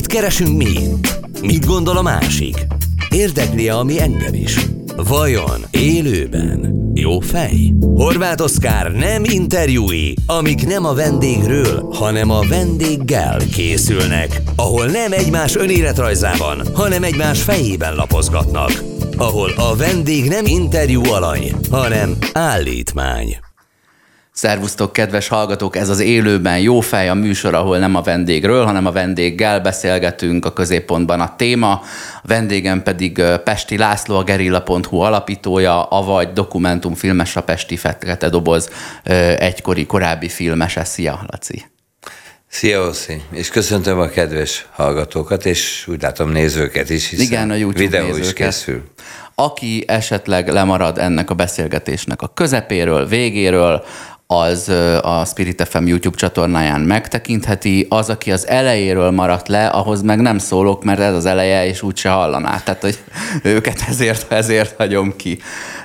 keresünk mi itt? Mit gondol a másik? Érdekli-e, ami engem is? Vajon élőben jó fej? Horváth Oszkár nem interjúi, amik nem a vendégről, hanem a vendéggel készülnek, ahol nem egymás önéletrajzában, hanem egymás fejében lapozgatnak, ahol a vendég nem interjú alany, hanem állítmány. Szervusztok, kedves hallgatók! Ez az Élőben jó fej, a műsor, ahol nem a vendégről, hanem a vendéggel beszélgetünk, a középpontban a téma. A vendégem pedig Pesti László, a gerilla.hu alapítója, avagy dokumentumfilmes, a Pesti Fekete Doboz egykori korábbi filmese. Szia, Laci! Szia, Oszi! És köszöntöm a kedves hallgatókat, és úgy látom nézőket is, hiszen igen, a YouTube videó nézőket is készül. Aki esetleg lemarad ennek a beszélgetésnek a közepéről, végéről, az a Spirit FM YouTube csatornáján megtekintheti. Az, aki az elejéről maradt le, ahhoz meg nem szólok, mert ez az eleje, és úgyse hallaná. Tehát, hogy őket ezért hagyom ki.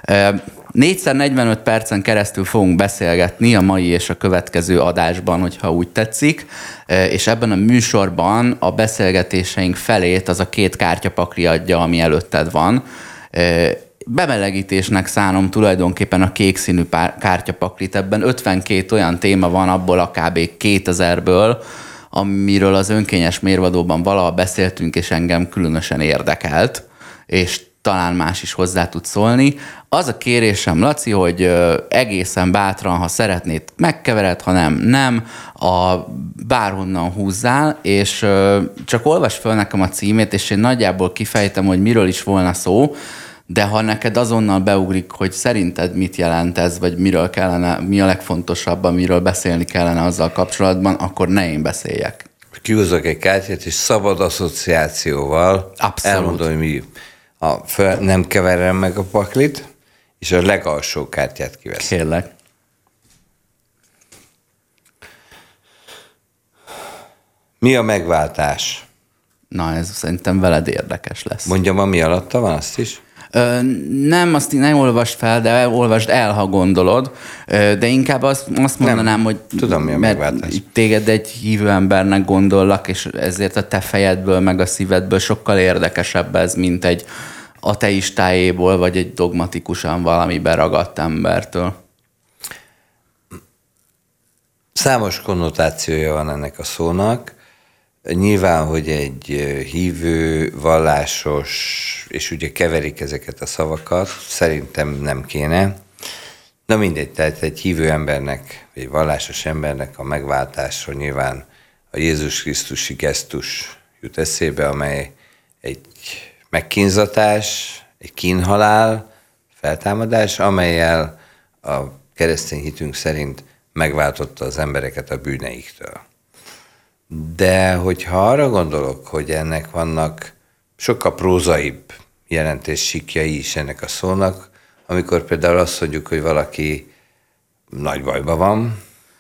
4x45 percen keresztül fogunk beszélgetni a mai és a következő adásban, hogyha úgy tetszik, és ebben a műsorban a beszélgetéseink felét az a 2 kártyapakli adja, ami előtted van. Bemelegítésnek szánom tulajdonképpen a kék színű kártyapaklit. Ebben 52 olyan téma van, abból a kb. 2000-ből, amiről az önkényes mérvadóban valaha beszéltünk, és engem különösen érdekelt, és talán más is hozzá tud szólni. Az a kérésem, Laci, hogy egészen bátran, ha szeretnéd, megkevered, ha nem, bárhonnan húzzál, és csak olvasd föl nekem a címét, és én nagyjából kifejtem, hogy miről is volna szó, de ha neked azonnal beugrik, hogy szerinted mit jelent ez, vagy miről kellene, mi a legfontosabb, amiről beszélni kellene azzal kapcsolatban, akkor ne én beszéljek. Kihúzok egy kártyát, és szabad asszociációval elmondom, hogy mi nem keverem meg a paklit, és a legalsó kártyát kiveszem. Kérlek. Mi a megváltás? Na, ez szerintem veled érdekes lesz. Mondjam, ami alatta van, azt is? Nem, azt nem olvasd fel, de olvasd el, ha gondolod. De inkább azt mondanám, nem, hogy tudom, mi a megváltás. Téged egy hívő embernek gondollak, és ezért a te fejedből, meg a szívedből sokkal érdekesebb ez, mint egy ateistájéból, vagy egy dogmatikusan valamiben ragadt embertől. Számos konnotációja van ennek a szónak. Nyilván, hogy egy hívő, vallásos, és ugye keverik ezeket a szavakat, szerintem nem kéne. Na mindegy, tehát egy hívő embernek, vagy egy vallásos embernek a megváltásról nyilván a Jézus Krisztusi gesztus jut eszébe, amely egy megkínzatás, egy kínhalál, feltámadás, amellyel a keresztény hitünk szerint megváltotta az embereket a bűneiktől. De hogyha arra gondolok, hogy ennek vannak sokkal prózaibb jelentéssíkjai is ennek a szónak, amikor például azt mondjuk, hogy valaki nagy bajban van,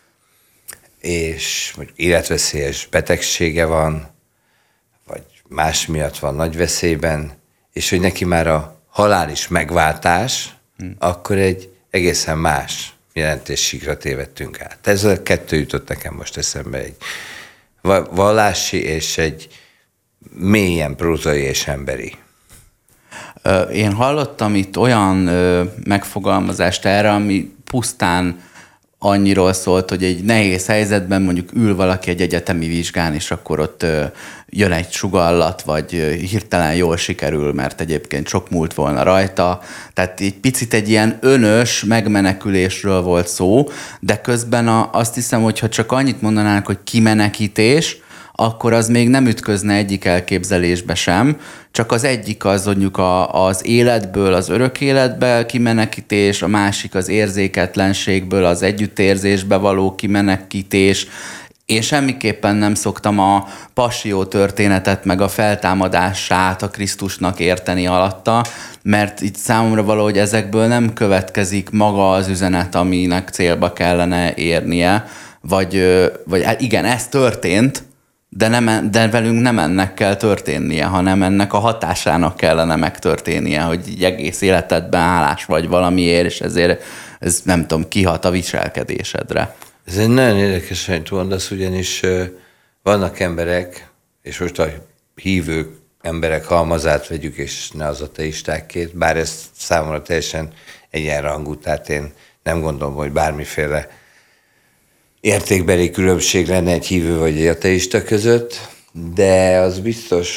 és életveszélyes betegsége van, vagy más miatt van nagy veszélyben, és hogy neki már a halál is megváltás, akkor egy egészen más jelentéssíkra tévedtünk át. Ez a 2 jutott nekem most eszembe, egy vallási és egy mélyen prózai és emberi. Én hallottam itt olyan megfogalmazást erre, ami pusztán annyiról szólt, hogy egy nehéz helyzetben mondjuk ül valaki egy egyetemi vizsgán, és akkor ott jön egy sugallat, vagy hirtelen jól sikerül, mert egyébként sok múlt volna rajta. Tehát egy picit egy ilyen önös megmenekülésről volt szó, de közben azt hiszem, hogy ha csak annyit mondanánk, hogy kimenekítés, akkor az még nem ütközne egyik elképzelésbe sem, csak az egyik az mondjuk az életből, az örök életbe kimenekítés, a másik az érzéketlenségből, az együttérzésbe való kimenekítés. Én semmiképpen nem szoktam a passió történetet, meg a feltámadását a Krisztusnak érteni alatta, mert itt számomra valahogy ezekből nem következik maga az üzenet, aminek célba kellene érnie, vagy igen, ez történt, de velünk nem ennek kell történnie, hanem ennek a hatásának kellene megtörténnie, hogy így egész életedben hálás vagy valamiért, és ezért ez nem tudom, kihat a viselkedésedre. Ez egy nagyon érdekes, hogy mondasz, ugyanis vannak emberek, és most a hívő emberek halmazát vegyük, és ne az ateistákét, bár ez számomra teljesen egyenrangú, tehát én nem gondolom, hogy bármiféle értékbeli különbség lenne egy hívő vagy egy ateista között, de az biztos,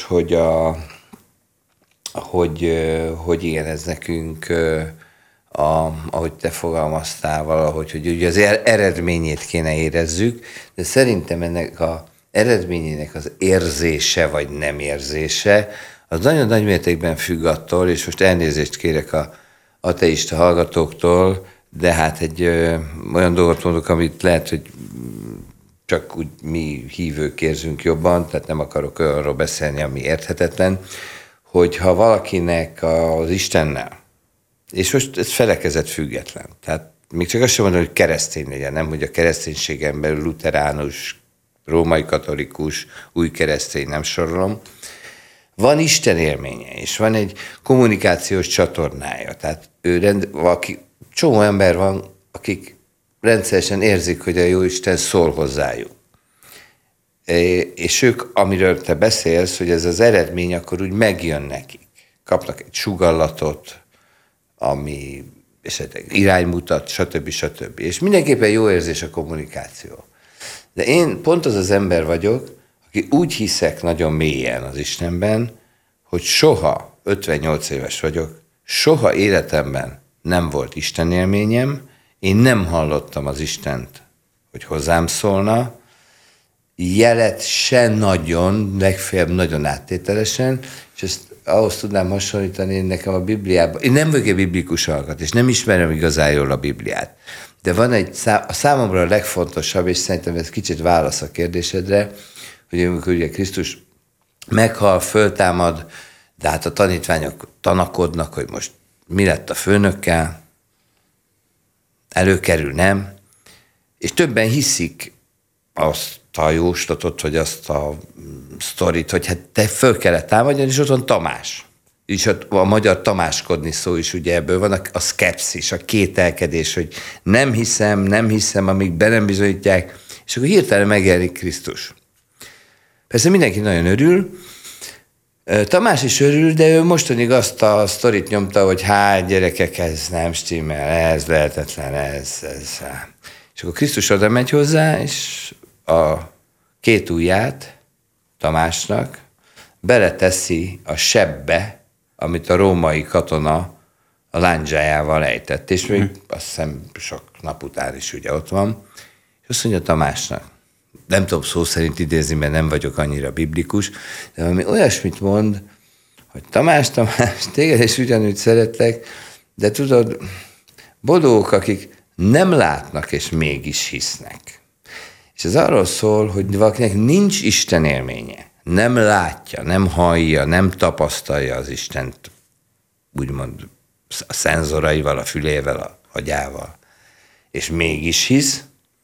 hogy igen, ez nekünk, ahogy te fogalmaztál valahogy, hogy ugye az eredményét kéne érezzük, de szerintem ennek az eredményének az érzése vagy nem érzése, az nagyon nagy mértékben függ attól, és most elnézést kérek a ateista hallgatóktól, de hát egy olyan dolgot mondok, amit lehet, hogy csak úgy mi hívők érzünk jobban, tehát nem akarok olyanról beszélni, ami érthetetlen, hogy ha valakinek az Istennel, és most ez felekezet független, tehát még csak azt sem mondom, hogy keresztény legyen, nem, hogy a kereszténységen belül luteránus, római katolikus, új keresztény, nem sorolom, van Isten élménye, és van egy kommunikációs csatornája, tehát csomó ember van, akik rendszeresen érzik, hogy a Jóisten szól hozzájuk. És ők, amiről te beszélsz, hogy ez az eredmény, akkor úgy megjön nekik. Kapnak egy sugallatot, ami esetleg iránymutat, stb. Stb. És mindenképpen jó érzés a kommunikáció. De én pont az az ember vagyok, aki úgy hiszek nagyon mélyen az Istenben, hogy soha, 58 éves vagyok, soha életemben nem volt Isten élményem, én nem hallottam az Istent, hogy hozzám szólna, jelet se nagyon, legfeljebb nagyon áttételesen, és ezt ahhoz tudnám hasonlítani, nekem a Bibliában, én nem vagyok egy biblikus hallgat, és nem ismerem igazán jól a Bibliát, de van a számomra a legfontosabb, és szerintem ez kicsit válasz a kérdésedre, hogy amikor ugye Krisztus meghal, föltámad, de hát a tanítványok tanakodnak, hogy most mi lett a főnökkel, előkerül, nem? És többen hiszik azt a jóslatot, vagy azt a sztorit, hogy hát te föl kellett támadjon, és ott van Tamás. És a magyar tamáskodni szó is ugye ebből van, a szkepszis, a kételkedés, hogy nem hiszem, amíg be nem bizonyítják, és akkor hirtelen megjelenik Krisztus. Persze mindenki nagyon örül, Tamás is örül, de ő mostanig azt a sztorit nyomta, hogy hát gyerekek, ez nem stimmel, ez lehetetlen, ez. És akkor Krisztus oda megy hozzá, és a két ujját Tamásnak beleteszi a sebbe, amit a római katona a lándzsájával ejtett, és még azt hiszem sok nap után is ugye ott van, és azt mondja Tamásnak, nem tudom szó szerint idézni, mert nem vagyok annyira biblikus, de valami olyasmit mond, hogy Tamás, téged is ugyanúgy szeretlek, de tudod, boldogok, akik nem látnak és mégis hisznek. És ez arról szól, hogy valakinek nincs Isten élménye, nem látja, nem hallja, nem tapasztalja az Istent, úgymond a szenzoraival, a fülével, a agyával, és mégis hisz,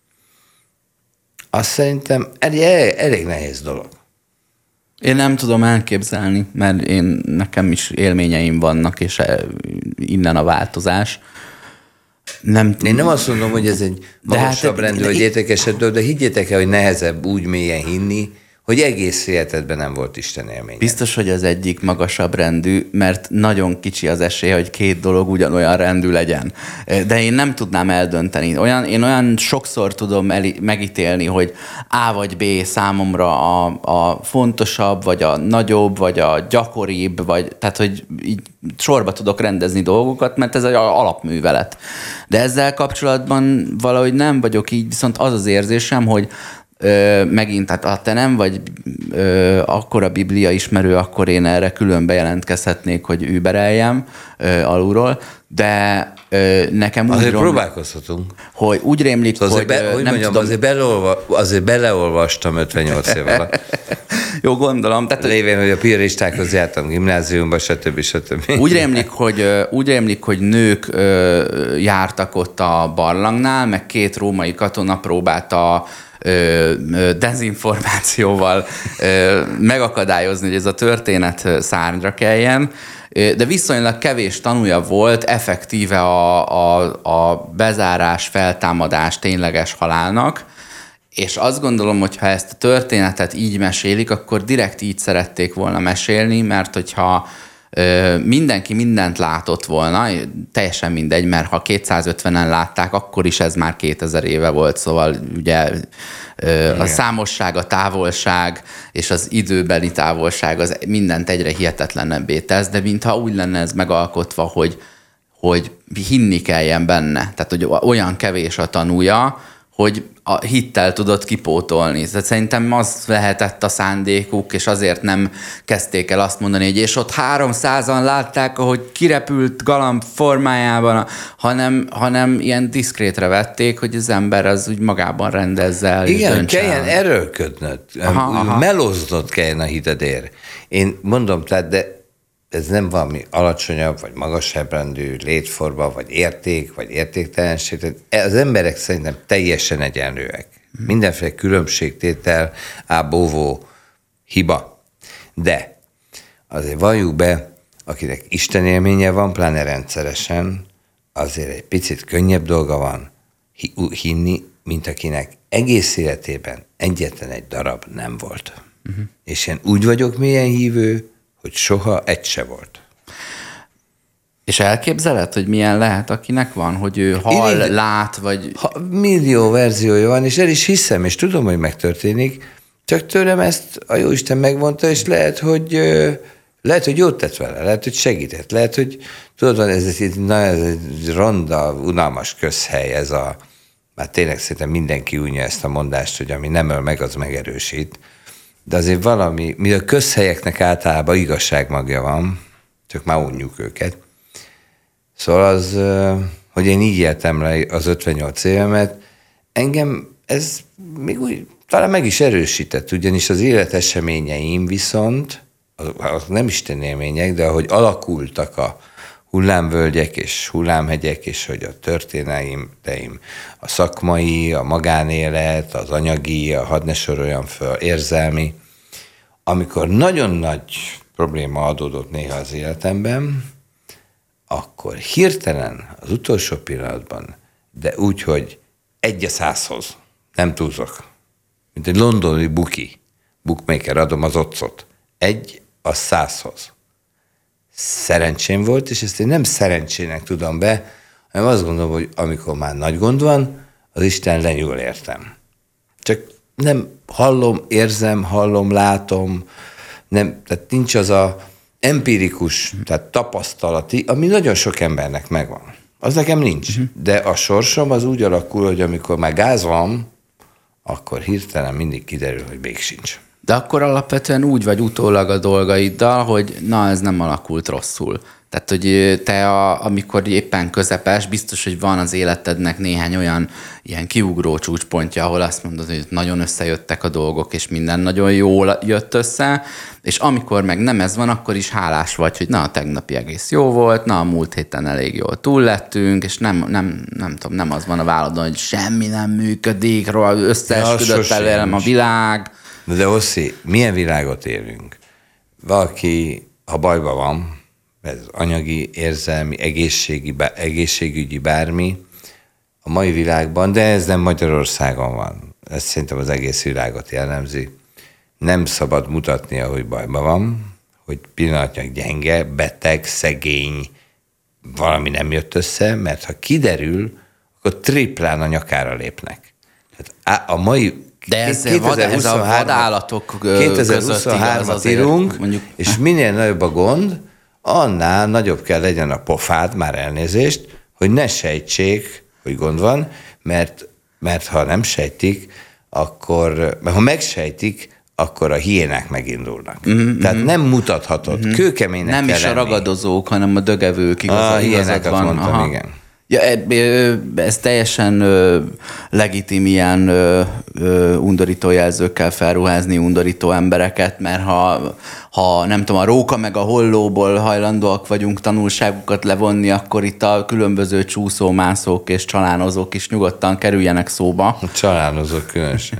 azt szerintem elég nehéz dolog. Én nem tudom elképzelni, mert nekem is élményeim vannak, és innen a változás. Én nem azt mondom, hogy ez egy magasabb rendű, vagy értékesebb dolog, de higgyétek el, hogy nehezebb úgy mélyen hinni, hogy egész életedben nem volt Isten élmény. Biztos, hogy az egyik magasabb rendű, mert nagyon kicsi az esély, hogy két dolog ugyanolyan rendű legyen. De én nem tudnám eldönteni. Én olyan sokszor tudom megítélni, hogy A vagy B számomra a fontosabb, vagy a nagyobb, vagy a gyakoribb, tehát hogy így sorba tudok rendezni dolgokat, mert ez egy alapművelet. De ezzel kapcsolatban valahogy nem vagyok így, viszont az az érzésem, hogy megint, hát ha te nem vagy akkora Biblia ismerő, akkor én erre külön bejelentkezhetnék, hogy übereljem alulról, de nekem úgy azért próbálkozhatunk. Hogy úgy rémlik, szóval hogy nem tudom. Azért beleolvastam 58 év alatt. Jó, gondolom. Tehát, lévén, hogy a piaristákhoz jártam gimnáziumba, stb. Úgy rémlik, hogy nők jártak ott a barlangnál, meg 2 római katona próbálta dezinformációval megakadályozni, hogy ez a történet szárnyra keljen, de viszonylag kevés tanúja volt effektíve a bezárás, feltámadás tényleges halálnak, És azt gondolom, hogy ha ezt a történetet így mesélik, akkor direkt így szerették volna mesélni, mert hogyha mindenki mindent látott volna, teljesen mindegy, mert ha 250-en látták, akkor is ez már 2000 éve volt, szóval ugye a számosság, a távolság és az időbeli távolság az mindent egyre hihetetlenebbé tesz, de mintha úgy lenne ez megalkotva, hogy hinni kelljen benne. Tehát, hogy olyan kevés a tanúja, hogy a hittel tudod kipótolni. Tehát szerintem az lehetett a szándékuk, és azért nem kezdték el azt mondani, hogy és ott 300-an látták, ahogy kirepült galamb formájában, hanem ilyen diszkrétre vették, hogy az ember az úgy magában rendezze el. Igen, kelljen erőlködnöd, melóznod kelljen a hitedért. Én mondom, tehát, de ez nem valami alacsonyabb, vagy magasabb rendű létforma, vagy érték, vagy értéktelenség. Tehát az emberek szerintem teljesen egyenlőek. Mindenféle különbségtétel, bóvó, hiba. De azért valljuk be, akinek Isten élménye van, pláne rendszeresen, azért egy picit könnyebb dolga van hinni, mint akinek egész életében egyetlen egy darab nem volt. És én úgy vagyok mélyen hívő, hogy soha egy se volt. És elképzeled, hogy milyen lehet, akinek van, hogy ő hall, lát, vagy... Millió verziója van, és el is hiszem, és tudom, hogy megtörténik, csak tőlem ezt a Jóisten megmondta, és lehet, hogy jót tett vele, lehet, hogy segített, lehet, hogy tudod, ez egy ronda, unalmas közhely, már tényleg szerintem mindenki unja ezt a mondást, hogy ami nem öl meg, az megerősít. De azért valami, mi a közhelyeknek általában igazságmagja van, csak már unjuk őket. Szóval az, hogy én így éltem le az 58 évemet, engem ez még úgy talán meg is erősített, ugyanis az életeseményeim viszont, az nem Isten élmények, de ahogy alakultak a hullámvölgyek és hullámhegyek, és hogy a történeteim, a szakmai, a magánélet, az anyagi, hadd ne soroljam föl, érzelmi, amikor nagyon nagy probléma adódott néha az életemben, akkor hirtelen az utolsó pillanatban, de úgy, hogy 1-100-hoz, nem túlzok, mint egy londoni bookmaker adom az otcot, 1-100-hoz. Szerencsém volt, és ezt én nem szerencsének tudom be, hanem azt gondolom, hogy amikor már nagy gond van, az Isten lenyúl értem. Csak nem hallom, látom, nem, tehát nincs az a empirikus, tehát tapasztalati, ami nagyon sok embernek megvan. Az nekem nincs. De a sorsom az úgy alakul, hogy amikor már gáz van, akkor hirtelen mindig kiderül, hogy még sincs. De akkor alapvetően úgy vagy utólag a dolgaiddal, hogy na, ez nem alakult rosszul. Tehát, hogy te amikor éppen közepes, biztos, hogy van az életednek néhány olyan ilyen kiugró csúcspontja, ahol azt mondod, hogy nagyon összejöttek a dolgok, és minden nagyon jól jött össze, és amikor meg nem ez van, akkor is hálás vagy, hogy na, a tegnapi egész jó volt, na, a múlt héten elég jól túl lettünk, és nem tudom, nem az van a váladon, hogy semmi nem működik, összeesküdött elém a világ. De Oszi, milyen világot élünk? Valaki, ha bajban van, ez anyagi, érzelmi, egészségügyi bármi a mai világban, de ez nem Magyarországon van. Ez szerintem az egész világot jellemzi. Nem szabad mutatnia, hogy bajban van, hogy pillanatnyilag gyenge, beteg, szegény, valami nem jött össze, mert ha kiderül, akkor triplán a nyakára lépnek. Tehát a mai de ez a vadállatok 2023-at írunk, mondjuk, és minél nagyobb a gond, annál nagyobb kell legyen a pofád, már elnézést, hogy ne sejtsék, hogy gond van, mert ha nem sejtik, akkor, ha megsejtik, akkor a hiénák megindulnak. Tehát nem mutathatod, kőkeménynek nem kell is lenni. a ragadozók, hanem a dögevők igazad van. Mondtam, igen. Ja, ez teljesen legitim ilyen undorító jelzőkkel felruházni undorító embereket, mert ha nem tudom, a róka meg a hollóból hajlandóak vagyunk tanulságokat levonni, akkor itt a különböző csúszómászók és csalánozók is nyugodtan kerüljenek szóba. A csalánozók különösen.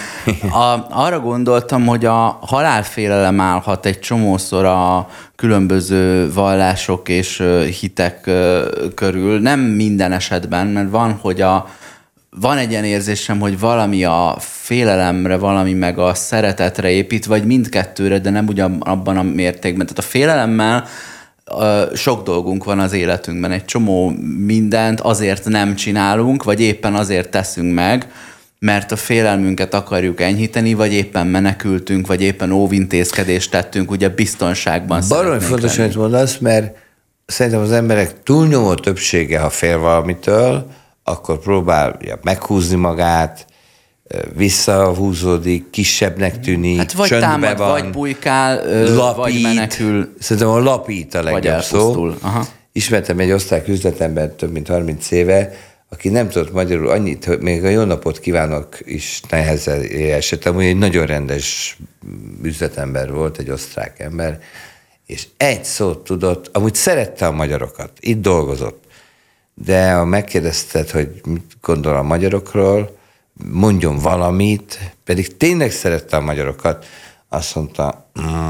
Arra gondoltam, hogy a halálfélelem állhat egy csomószor a különböző vallások és hitek körül. Nem minden esetben, mert van, hogy van egy ilyen érzésem, hogy valami a félelemre, valami meg a szeretetre épít, vagy mindkettőre, de nem ugyanabban a mértékben. Tehát a félelemmel sok dolgunk van az életünkben, egy csomó mindent azért nem csinálunk, vagy éppen azért teszünk meg, mert a félelmünket akarjuk enyhíteni, vagy éppen menekültünk, vagy éppen óvintézkedést tettünk, ugye biztonságban baromi fontos, amit mondasz, mert szerintem az emberek túlnyomó többsége, ha fél valamitől, akkor próbálja meghúzni magát, visszahúzódik, kisebbnek tűnik, hát vagy csöndbe támad, van, vagy bujkál, lapít, vagy menekül. Szerintem a lapít a legjobb szó. Aha. Ismertem egy osztrák üzletember több mint 30 éve, aki nem tudott magyarul annyit, hogy még a jó napot kívánok is nehezen esett. Amúgy egy nagyon rendes üzletember volt, egy osztrák ember, és egy szót tudott, amúgy szerette a magyarokat, itt dolgozott, de ha megkérdezted, hogy mit gondol a magyarokról, mondjon valamit, pedig tényleg szerette a magyarokat, azt mondta,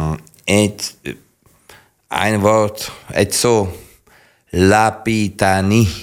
egy szó, lápítani.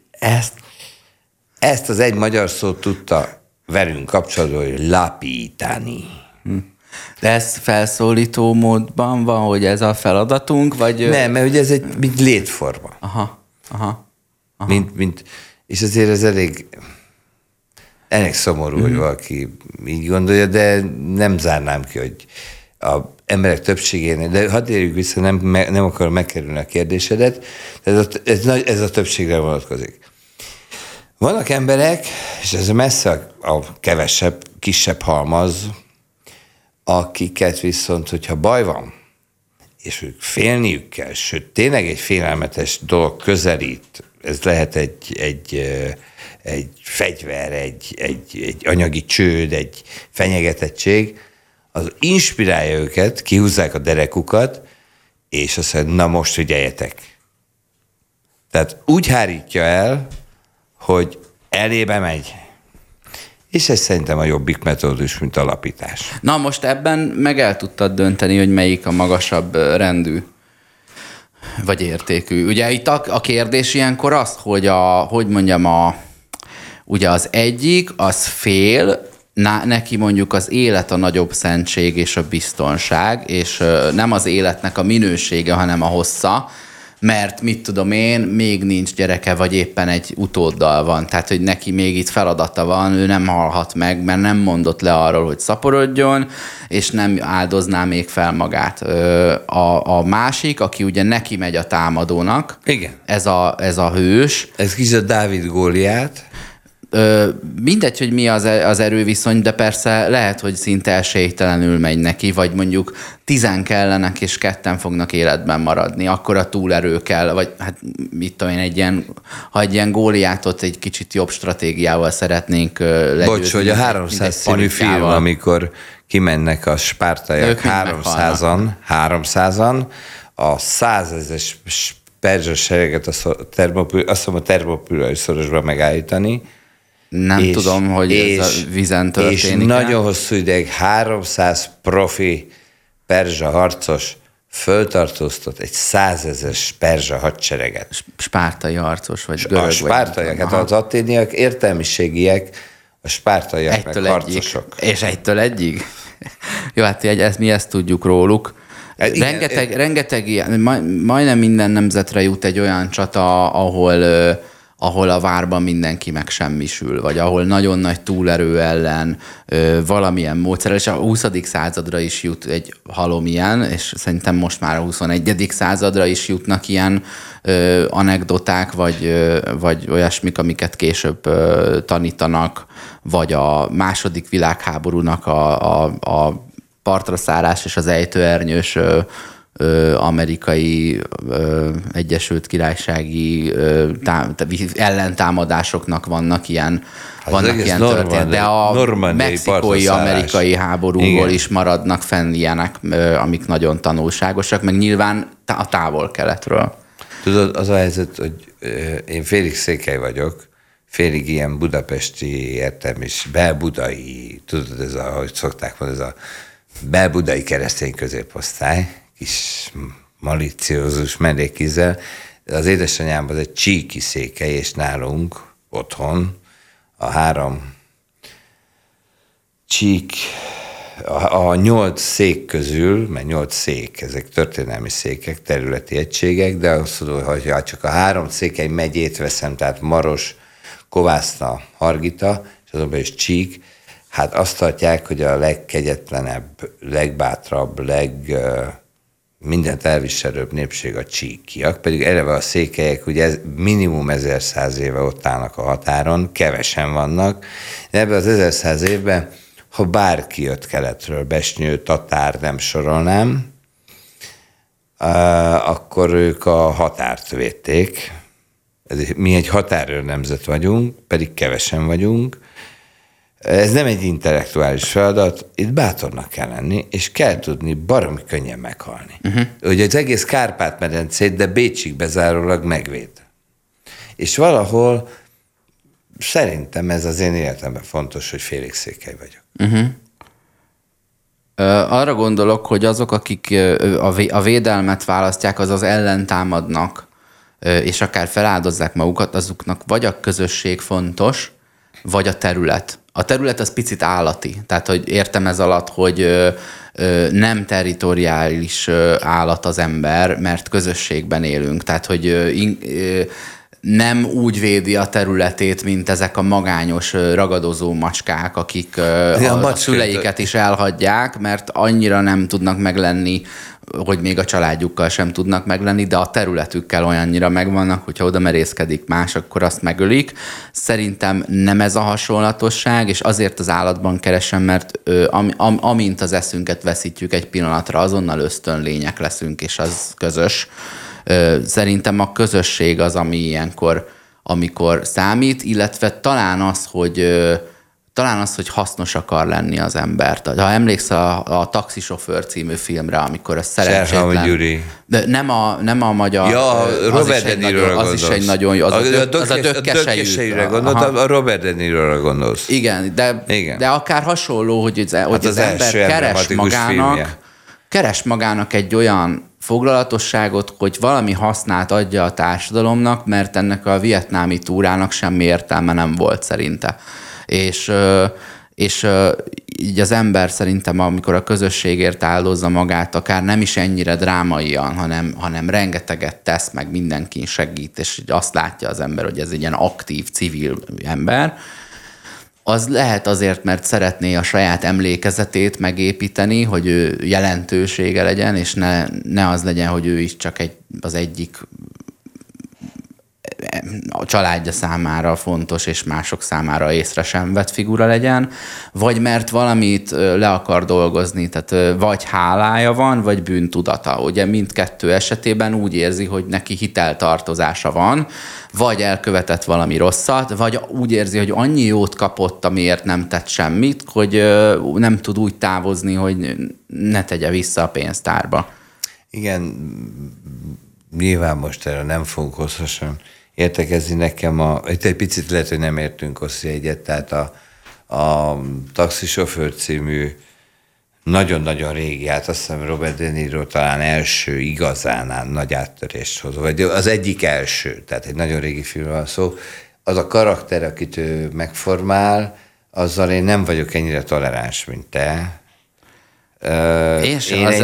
Ezt az egy magyar szót tudta velünk kapcsolatban, hogy lápítani. De ez felszólító módban van, hogy ez a feladatunk, vagy... Nem, mert ugye ez egy mint létforma. Aha. És azért ez elég szomorú, hogy valaki így gondolja, de nem zárnám ki, hogy a emberek többségénél, de hadd érjük vissza, nem akarom megkerülni a kérdésedet, ez a többségre vonatkozik. Vannak emberek, és ez messze a kisebb halmaz, akiket viszont, hogyha baj van, és ők félniük kell, sőt, tényleg egy félelmetes dolog közelít, ez lehet egy fegyver, egy anyagi csőd, egy fenyegetettség, az inspirálja őket, kihúzzák a derekukat, és azt mondja, na most figyeljetek. Tehát úgy hárítja el, hogy elébe megy. És ez szerintem a jobbik metódus, mint a lapítás. Na most ebben meg el tudtad dönteni, hogy melyik a magasabb rendű, vagy értékű. Ugye itt a kérdés ilyenkor az, hogy ugye az egyik, az fél, neki mondjuk az élet a nagyobb szentség és a biztonság, és nem az életnek a minősége, hanem a hossza, mert mit tudom én, még nincs gyereke, vagy éppen egy utóddal van. Tehát, hogy neki még itt feladata van, ő nem halhat meg, mert nem mondott le arról, hogy szaporodjon, és nem áldozná még fel magát. A másik, aki ugye neki megy a támadónak, igen. Ez a hős. Ez kicsit Dávid Góliát. Mindegy, hogy mi az erőviszony, de persze lehet, hogy szinte esélytelenül megy neki, vagy mondjuk 10 kellenek, és 2 fognak életben maradni, akkor a túlerő kell, vagy hát mit tudom én, ha egy ilyen Góliátot egy kicsit jobb stratégiával szeretnénk legyőzni. Bocs, hogy a 300 című film, amikor kimennek a spártaiak 300-an, a 100 000-es perzsa sereget azt hiszem a Termopülai szorosban megállítani. Nem tudom, hogy ez a vízen történik. És nagyon hosszú ideig 300 profi perzsa harcos föltartóztat egy 100 000-es perzsa hadsereget. Spártai harcos, vagy görög. A spártaiak, hát az atténiak értelmiségiek, a spártaiak meg harcosok. És 1-től 1-ig? Jó, hát mi ezt tudjuk róluk. Rengeteg ilyen, majdnem minden nemzetre jut egy olyan csata, ahol a várban mindenki megsemmisül, vagy ahol nagyon nagy túlerő ellen valamilyen módszerrel, és a 20. századra is jut egy halom ilyen, és szerintem most már a 21. századra is jutnak ilyen anekdoták, vagy olyasmik, amiket később tanítanak, vagy a második világháborúnak a partra szárás és az ejtőernyős amerikai Egyesült Királysági ellentámadásoknak vannak ilyen történet, de a mexikói-amerikai háborúból is maradnak fenn ilyenek, amik nagyon tanulságosak, meg nyilván a távol-keletről. Tudod, az a helyzet, hogy én félig székely vagyok, félig ilyen budapesti értem, és belbudai, tudod, ez ahogy szokták mondani, ez a belbudai keresztény középosztály, kis maliciózus mellékízzel. Az édesanyám az egy csíki székely, és nálunk otthon a 3 csík, a 8 szék közül, mert 8 szék, ezek történelmi székek, területi egységek, de azt mondom, hogy ha csak a 3 székely megyét veszem, tehát Maros, Kovászna, Hargita, és azonban is Csík, hát azt tartják, hogy a legkegyetlenebb, legbátrabb, mindent elviselőbb népség a csíkiak, pedig eleve a székelyek ugye minimum 1100 éve ott állnak a határon, kevesen vannak, de ebben az 1100 évben, ha bárki jött keletről, besnyő, tatár, nem sorolnám, akkor ők a határt védték. Mi egy határőr nemzet vagyunk, pedig kevesen vagyunk. Ez nem egy intellektuális feladat, itt bátornak kell lenni, és kell tudni baromi könnyen meghalni. Ugye az egész Kárpát-medencét, de Bécsig bezárólag megvéd. És valahol szerintem ez az én életemben fontos, hogy félig székely vagyok. Arra gondolok, hogy azok, akik a védelmet választják, azaz ellentámadnak, és akár feláldozzák magukat, azoknak vagy a közösség fontos, vagy a terület. A terület az picit állati. Tehát, hogy értem ez alatt, hogy nem territoriális állat az ember, mert közösségben élünk. Tehát, hogy nem úgy védi a területét, mint ezek a magányos ragadozó macskák, akik a szüleiket is elhagyják, mert annyira nem tudnak meglenni, hogy még a családjukkal sem tudnak meglenni, de a területükkel olyannyira megvannak, hogyha oda merészkedik más, akkor azt megölik. Szerintem nem ez a hasonlatosság, és azért az állatban keresem, mert amint az eszünket veszítjük egy pillanatra, azonnal ösztönlények leszünk, és az közös. Szerintem a közösség az, ami ilyenkor, amikor számít, illetve talán az, hogy hasznos akar lenni az ember. Ha emlékszel a Taxisofőr című filmre, amikor a szerencsétlen... Gyuri. De nem a magyar... Ja, Robert De Niróra az is egy nagyon jó. Az a Dökkesejűre gondoltam, a Robert De Niróra gondolsz. Igen, de akár hasonló, hogy az ember keres magának egy olyan foglalatosságot, hogy valami hasznát adja a társadalomnak, mert ennek a vietnámi túrának semmi értelme nem volt szerinte. És így az ember szerintem, amikor a közösségért áldozza magát, akár nem is ennyire drámaian, hanem rengeteget tesz, meg mindenkin segít, és azt látja az ember, hogy ez egy ilyen aktív, civil ember, az lehet azért, mert szeretné a saját emlékezetét megépíteni, hogy ő jelentősége legyen, és ne az legyen, hogy ő is csak az egyik a családja számára fontos, és mások számára észre sem vett figura legyen, vagy mert valamit le akar dolgozni, tehát vagy hálája van, vagy bűntudata. Ugye mindkettő esetében úgy érzi, hogy neki hiteltartozása van, vagy elkövetett valami rosszat, vagy úgy érzi, hogy annyi jót kapott, amiért nem tett semmit, hogy nem tud úgy távozni, hogy ne tegye vissza a pénztárba. Igen, nyilván most erre nem fogunk hosszasan értekezni. Nekem itt egy picit lehet, hogy nem értünk hosszú egyet, tehát a Taxisofőr című nagyon-nagyon régi, hát azt hiszem Robert De Niro talán első igazán nagy áttörést hoz, vagy az egyik első, tehát egy nagyon régi filmről van szó. Az a karakter, akit ő megformál, azzal én nem vagyok ennyire toleráns, mint te. Én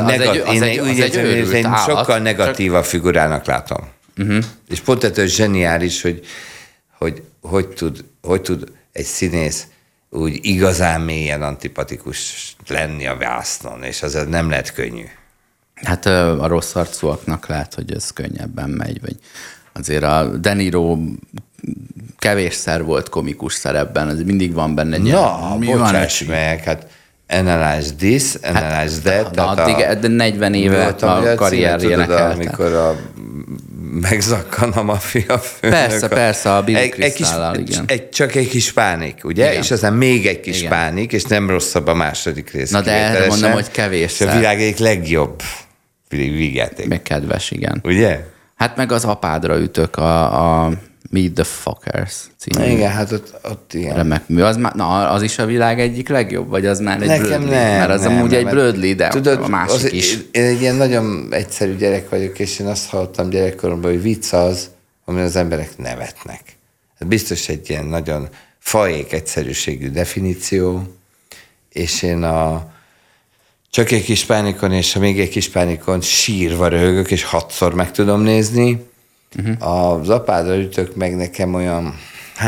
sokkal negatívabb figurának látom. És pont ettől zseniális, hogy tud egy színész úgy igazán mélyen antipatikus lenni a vásznon, és az nem lehet könnyű. Hát a rossz arcúaknak lehet, hogy ez könnyebben megy, vagy azért a De Niro kevésszer volt komikus szerepben, ez mindig van benne egy bocsáss meg, hát Analyze This, Analyze That. De 40 éve a karrierjének eltelt. Amikor megzakkan a maffia főnök. Persze, a Billy Crystal-lal, igen. Csak egy kis pánik, ugye? Igen. És aztán még egy kis pánik, és nem rosszabb a második rész. Na de erre mondom, hogy kevésszer. És a világ egyik legjobb vígjáték. Meg kedves, igen. Ugye? Hát meg az apádra ütök a Meet the Fuckers című. Igen, hát ott igen. Remek mű. Az is a világ egyik legjobb? Vagy az már egy Brödli? Mert az amúgy egy Brödli, de tudod, a másik is. Én egy ilyen nagyon egyszerű gyerek vagyok, és én azt hallottam gyerekkoromban, hogy vicc az, amin az emberek nevetnek. Biztos egy ilyen nagyon faék egyszerűségű definíció, és én a Csak egy kis pánikon és a Még egy kis pánikon sírva röhögök, és 6-szor meg tudom nézni. Az Apádra ütök meg nekem olyan,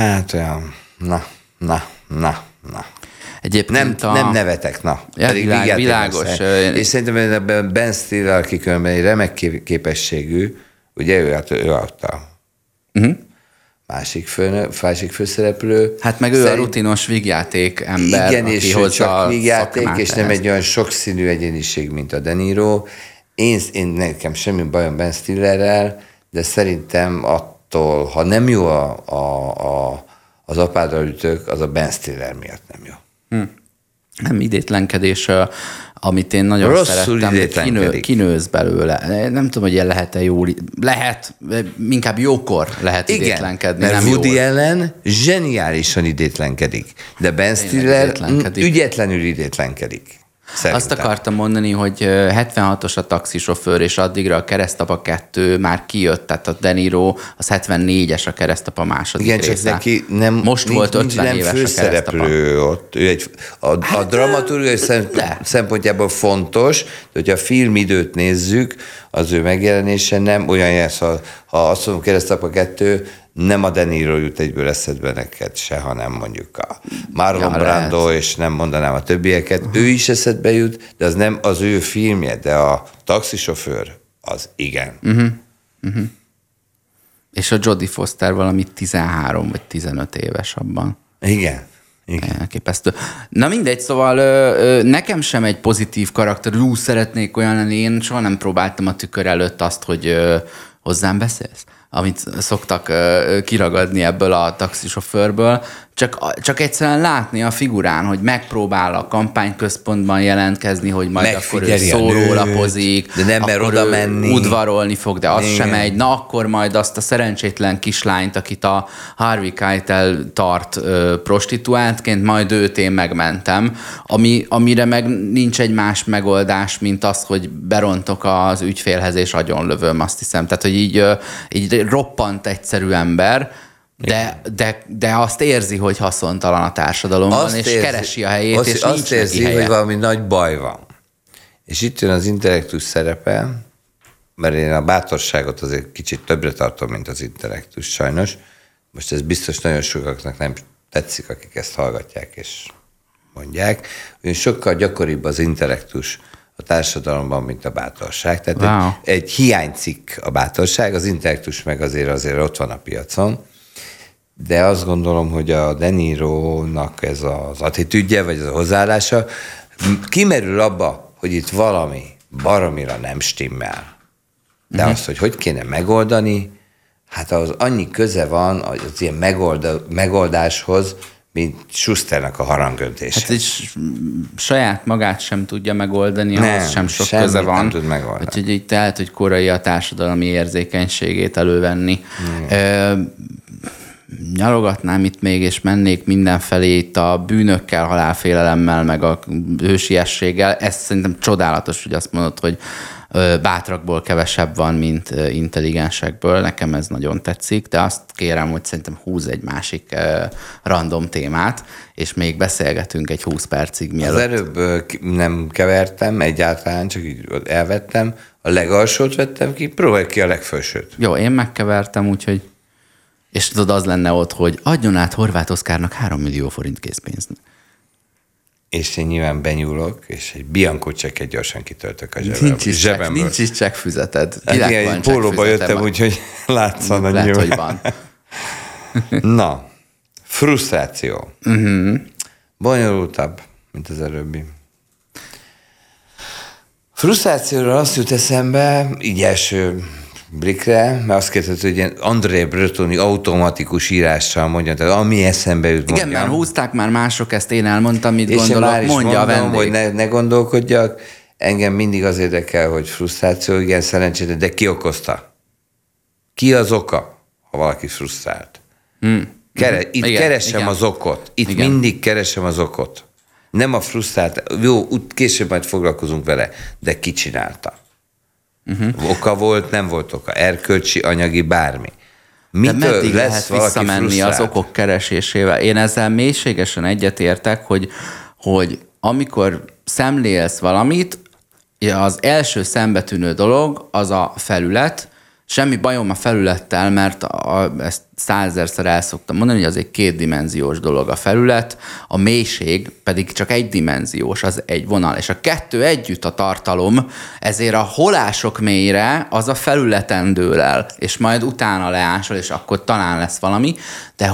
na. Egyébként Nem nevetek, na. Ja, világos. És szerintem ebben Ben Stiller, aki különben egy remek képességű, ugye ő adta. Másik főszereplő. Hát meg ő a rutinos vígjáték ember, igen, aki és ő csak vígjáték, és nem egy olyan sokszínű egyéniség, mint a De Niro. Én nekem semmi bajom Ben Stillerrel, de szerintem attól, ha nem jó az Apádra ütök, az a Ben Stiller miatt nem jó. Nem idétlenkedés, amit én nagyon rosszul szerettem, kinősz belőle. Nem tudom, hogy ilyen lehet-e jó, lehet, inkább jókor lehet idétlenkedni. Mert nem Woody jól. Allen zseniálisan idétlenkedik, de Ben Stiller ügyetlenül idétlenkedik. Szerintem. Azt akartam mondani, hogy 76-os a Taxisofőr, és addigra a Keresztapa 2 már kijött, tehát a De Niro, az 74-es a Keresztapa második igen, része. csak neki nem, most volt 50 nem éves főszereplő ott. Ő a dramaturgiai szempontjából fontos, de hogyha a filmidőt nézzük, az ő megjelenése nem olyan jelsz, ha azt mondom Keresztapa 2, nem a De Niro jut egyből eszedbe neked se, hanem mondjuk a Marlon Brando, lehet. És nem mondanám a többieket. Ő is eszedbe jut, de az nem az ő filmje, de a Taxisofőr az igen. És a Jodie Foster valami 13 vagy 15 éves abban. Igen. Elképesztő. Na mindegy, szóval nekem sem egy pozitív karakter, szeretnék olyan lenni, én soha nem próbáltam a tükör előtt azt, hogy hozzám beszélsz, amit szoktak kiragadni ebből a Taxisofőrből, csak egyszerűen látni a figurán, hogy megpróbál a kampányközpontban jelentkezni, hogy majd akkor ő szórólapozik, de nem mer oda menni. Udvarolni fog, de az sem megy. Na akkor majd azt a szerencsétlen kislányt, akit a Harvey Keitel tart prostituáltként, majd őt én megmentem, amire meg nincs egy más megoldás, mint az, hogy berontok az ügyfélhez és agyonlövöm, azt hiszem. Tehát, hogy így roppant egyszerű ember, de azt érzi, hogy haszontalan a társadalomban, azt és érzi, keresi a helyét, és azt nincs érzi, neki helye. hogy valami nagy baj van. És itt jön az intellektus szerepe, mert én a bátorságot azért kicsit többre tartom, mint az intellektus, sajnos. Most ez biztos nagyon sokaknak nem tetszik, akik ezt hallgatják és mondják. Ugyan sokkal gyakoribb az intellektus a társadalomban, mint a bátorság. Tehát egy hiánycikk a bátorság, az intellektus meg azért ott van a piacon. De azt gondolom, hogy a De Nirónak ez az attitűdje, vagy ez a hozzáállása kimerül abba, hogy itt valami baromira nem stimmel. De azt, hogy kéne megoldani, hát az annyi köze van az ilyen megoldáshoz, mint Schusternek a harangöntése. Hát és saját magát sem tudja megoldani, ahhoz sem sok köze van. Nem tud megoldani. Úgyhogy itt lehet, hogy korai a társadalmi érzékenységét elővenni. Nyalogatnám itt még, és mennék mindenfelé itt a bűnökkel, halálfélelemmel, meg a hősiességgel. Ez szerintem csodálatos, hogy azt mondod, hogy bátrakból kevesebb van, mint intelligensekből. Nekem ez nagyon tetszik, de azt kérem, hogy szerintem húz egy másik random témát, és még beszélgetünk egy 20 percig mielőtt. Az előbb nem kevertem egyáltalán, csak így elvettem. A legalsót vettem ki, próbálj ki a legfelsőt. Jó, én megkevertem, úgyhogy és tudod, az lenne ott, hogy adjon át Horváth Oszkárnak 3 millió forint készpénzt. És én nyilván benyúlok, és egy Bianco csekket gyorsan kitöltök a zsebemből. Nincs is csekkfüzeted. Hát igen, pólóba jöttem, úgyhogy látszan a lehet, hogy van. Na, frusztráció. Bonyolultabb, mint az előbbi. Frusztrációról azt jut eszembe, így első blikre, mert azt kérdezett, hogy ilyen André Bretoni automatikus írással mondja, tehát ami eszembe jut, mondjam. Igen, mert húzták már mások, ezt én elmondtam, mit és gondolok, már is mondja mondom, a vendég. hogy ne gondolkodjak, engem mindig az érdekel, hogy frusztráció, igen, szerencsére, de ki okozta? Ki az oka, ha valaki frusztrált? Itt igen, keresem igen. Az okot. Itt igen. Mindig keresem az okot. Nem a frusztrált, jó, később majd foglalkozunk vele, de ki csinálta? Oka volt, nem volt oka, erkölcsi, anyagi, bármi. De meddig lehet visszamenni az okok keresésével? Én ezzel mélységesen egyetértek, hogy amikor szemlélsz valamit, az első szembetűnő dolog az a felület. Semmi bajom a felülettel, mert ezt 100-szer el szoktam mondani, hogy az egy kétdimenziós dolog a felület, a mélység pedig csak egydimenziós, az egy vonal, és a kettő együtt a tartalom, ezért a holások mélyre az a felületen dől el, és majd utána leásol, és akkor talán lesz valami, de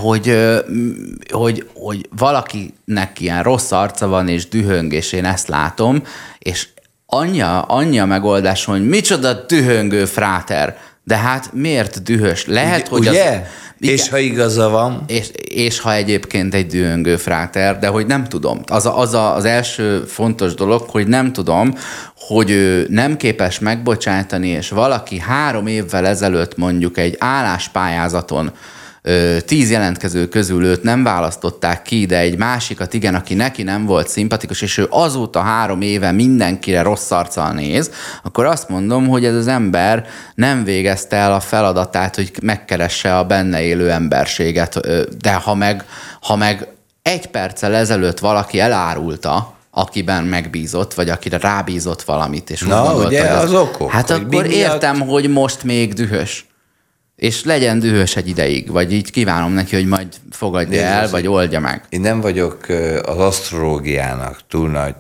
hogy valakinek ilyen rossz arca van, és dühöng, és én ezt látom, és annyi a megoldás, hogy micsoda dühöngő fráter, de hát miért dühös? Lehet, hogy ugye? És ha igaza van. És ha egyébként egy dühöngő fráter, de hogy nem tudom. Az első fontos dolog, hogy nem tudom, hogy ő nem képes megbocsátani, és valaki 3 évvel ezelőtt mondjuk egy álláspályázaton 10 jelentkező közül őt nem választották ki, de egy másikat igen, aki neki nem volt szimpatikus, és ő azóta 3 éve mindenkire rossz arccal néz, akkor azt mondom, hogy ez az ember nem végezte el a feladatát, hogy megkeresse a benne élő emberséget, de ha meg 1 perccel ezelőtt valaki elárulta, akiben megbízott, vagy akire rábízott valamit, és na, gondolta, ugye az okok. Hát akkor értem, hogy most még dühös. És legyen dühös egy ideig, vagy így kívánom neki, hogy majd fogadja el, vagy oldja meg. Én nem vagyok az asztrológiának túl nagy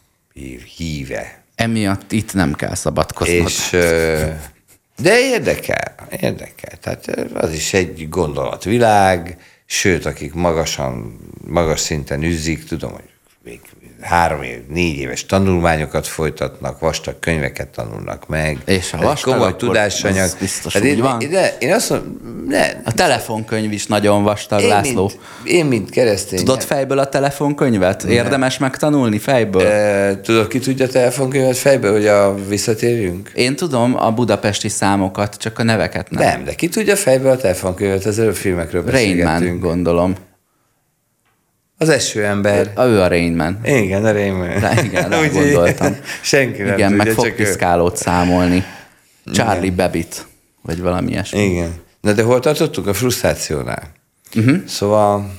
híve. Emiatt itt nem kell szabadkoznod. De érdekel. Tehát az is egy gondolatvilág, sőt, akik magas szinten űzik, tudom, hogy még 4 éves tanulmányokat folytatnak, vastag könyveket tanulnak meg. És a vastag, komoly tudásanyag. Biztos hát úgy van. Én azt mondom, a telefonkönyv is nagyon vastag, László. Én, mint keresztény. Tudod fejből a telefonkönyvet? Érdemes megtanulni fejből? Tudod, ki tudja a telefonkönyvet fejből, hogy visszatérjünk? Én tudom a budapesti számokat, csak a neveket nem. Nem, de ki tudja fejből a telefonkönyvet? Az előbb filmekről beszélgettünk. Rain Man, gondolom. Az esőember. Ő a Rain Man. Igen, a Rain Man. Igen, úgy gondoltam. Senki nem igen, tudja, meg fogpiszkálót számolni. Charlie igen. Babbitt, vagy valami ilyesmi. Igen. Na de hol tartottuk? A frusztrációnál. Szóval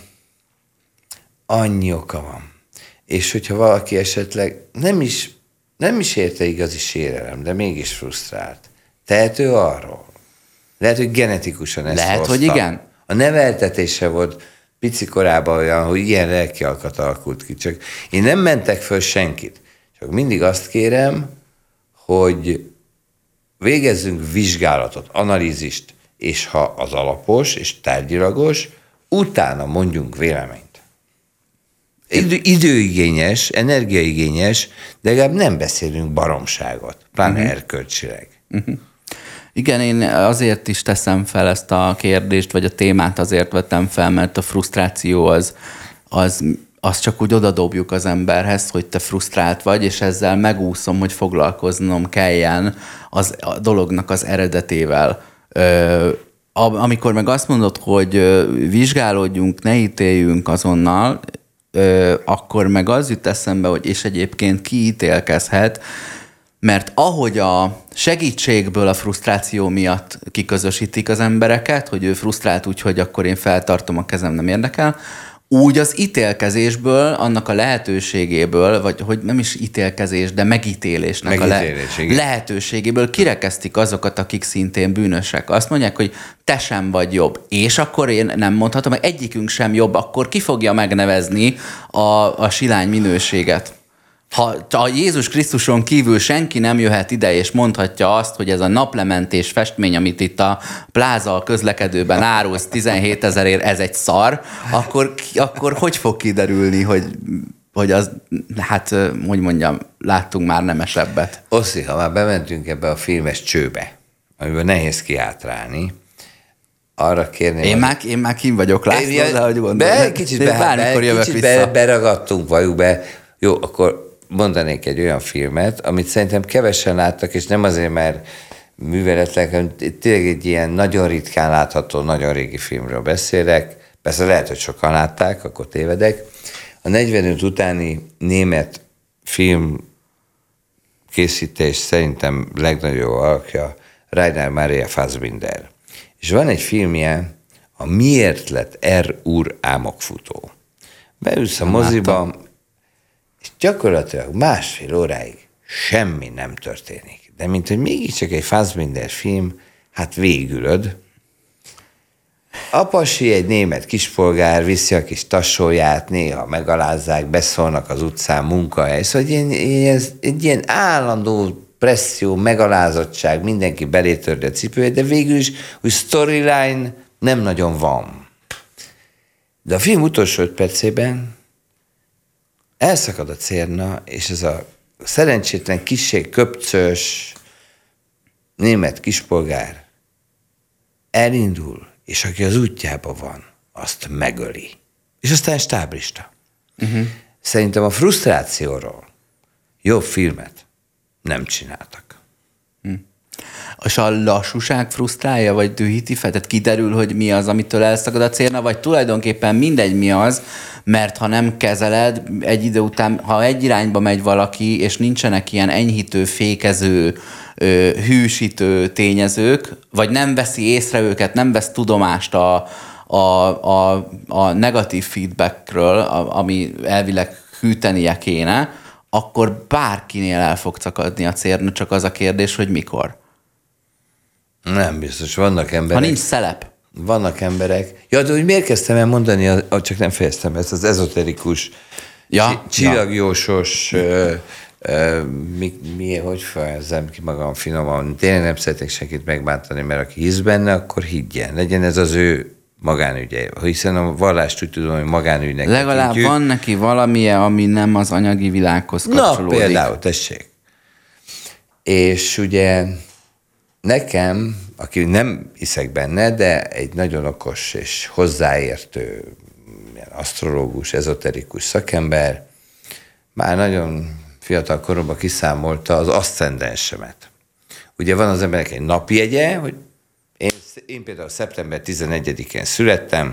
annyi oka van. És hogyha valaki esetleg nem is érte igazi sérelem, de mégis frusztrált. Tehető arról. Lehet, hogy genetikusan ezt lehet, hozta. hogy igen. A neveltetése volt pici korában olyan, hogy ilyen lelkialkat alakult ki. Csak én nem mentek föl senkit. Csak mindig azt kérem, hogy végezzünk vizsgálatot, analízist, és ha az alapos és tárgyilagos, utána mondjunk véleményt. Időigényes, energiaigényes, de legalább nem beszélünk baromságot, pláne erkölcsileg. Igen, én azért is teszem fel ezt a kérdést, vagy a témát azért vettem fel, mert a frusztráció az csak úgy odadobjuk az emberhez, hogy te frusztrált vagy, és ezzel megúszom, hogy foglalkoznom kelljen a dolognak az eredetével. Amikor meg azt mondod, hogy vizsgálódjunk, ne ítéljünk azonnal, akkor meg az jut eszembe, hogy és egyébként ki ítélkezhet, mert ahogy a segítségből a frusztráció miatt kiközösítik az embereket, hogy ő frusztrált úgy, hogy akkor én feltartom a kezem, nem érdekel, úgy az ítélkezésből, annak a lehetőségéből, vagy hogy nem is ítélkezés, de megítélésnek lehetőségéből kirekesztik azokat, akik szintén bűnösek. Azt mondják, hogy te sem vagy jobb, és akkor én nem mondhatom, hogy egyikünk sem jobb, akkor ki fogja megnevezni a silány minőséget? Ha Jézus Krisztuson kívül senki nem jöhet ide, és mondhatja azt, hogy ez a naplementés festmény, amit itt a pláza közlekedőben árulsz 17 000-ért, ez egy szar, akkor hogy fog kiderülni, hogy az, hát, hogy mondjam, láttunk már nemesebbet. Oszi, ha már bementünk ebbe a filmes csőbe, amiből nehéz kiátrálni, arra kérném... Én már kín vagyok, László, de hogy gondolod. Kicsit beragadtunk, valljuk be. Jó, akkor mondanék egy olyan filmet, amit szerintem kevesen láttak, és nem azért, mert műveletlen, hanem tényleg egy ilyen nagyon ritkán látható, nagyon régi filmről beszélek. Persze lehet, hogy sokan látták, akkor tévedek. A 45 utáni német film készítés szerintem legnagyobb alakja Rainer Maria Fassbinder. És van egy filmje, a Miért lett R. úr álmokfutó. Beülsz a moziba, és gyakorlatilag 1,5 óráig semmi nem történik. De mint hogy mégiscsak egy Fassbinder film, hát végülöd. A pasi egy német kispolgár, viszi a kis tassóját, néha megalázzák, beszólnak az utcán, munkahely. Szóval egy ilyen állandó presszió, megalázottság, mindenki belétörde a cipőjét, de végül is úgy storyline nem nagyon van. De a film utolsó 5 percében elszakad a cérna, és ez a szerencsétlen kissé köpcös német kispolgár elindul, és aki az útjában van, azt megöli. És aztán stáblista. Szerintem a frusztrációról jobb filmet nem csináltak. És a lassúság frusztrálja, vagy dühíti fel? Tehát kiderül, hogy mi az, amitől elszakad a cérna, vagy tulajdonképpen mindegy mi az, mert ha nem kezeled, egy idő után, ha egy irányba megy valaki, és nincsenek ilyen enyhítő, fékező, hűsítő tényezők, vagy nem veszi észre őket, nem vesz tudomást a negatív feedbackről, ami elvileg hűtenie kéne, akkor bárkinél el fog szakadni a cérna, csak az a kérdés, hogy mikor. Nem biztos, vannak emberek. Ha nincs szelep. Vannak emberek. Ja, de hogy miért kezdtem el mondani, csak nem fejeztem ezt, az ezoterikus, csillagjósos, hogy fejezzem ki magam finoman. Tényleg nem szeretnék senkit megbántani, mert aki hisz benne, akkor higgyen. Legyen ez az ő magánügye. Hiszen a vallást úgy tudom, hogy magánügynek legalább tekintjük. Van neki valamije, ami nem az anyagi világhoz kapcsolódik. Na, például, tessék. És ugye nekem, aki nem hiszek benne, de egy nagyon okos és hozzáértő asztrológus, ezoterikus szakember már nagyon fiatal koromban kiszámolta az aszcendensemet. Ugye van az emberek egy napjegye, hogy én például szeptember 11-én születtem,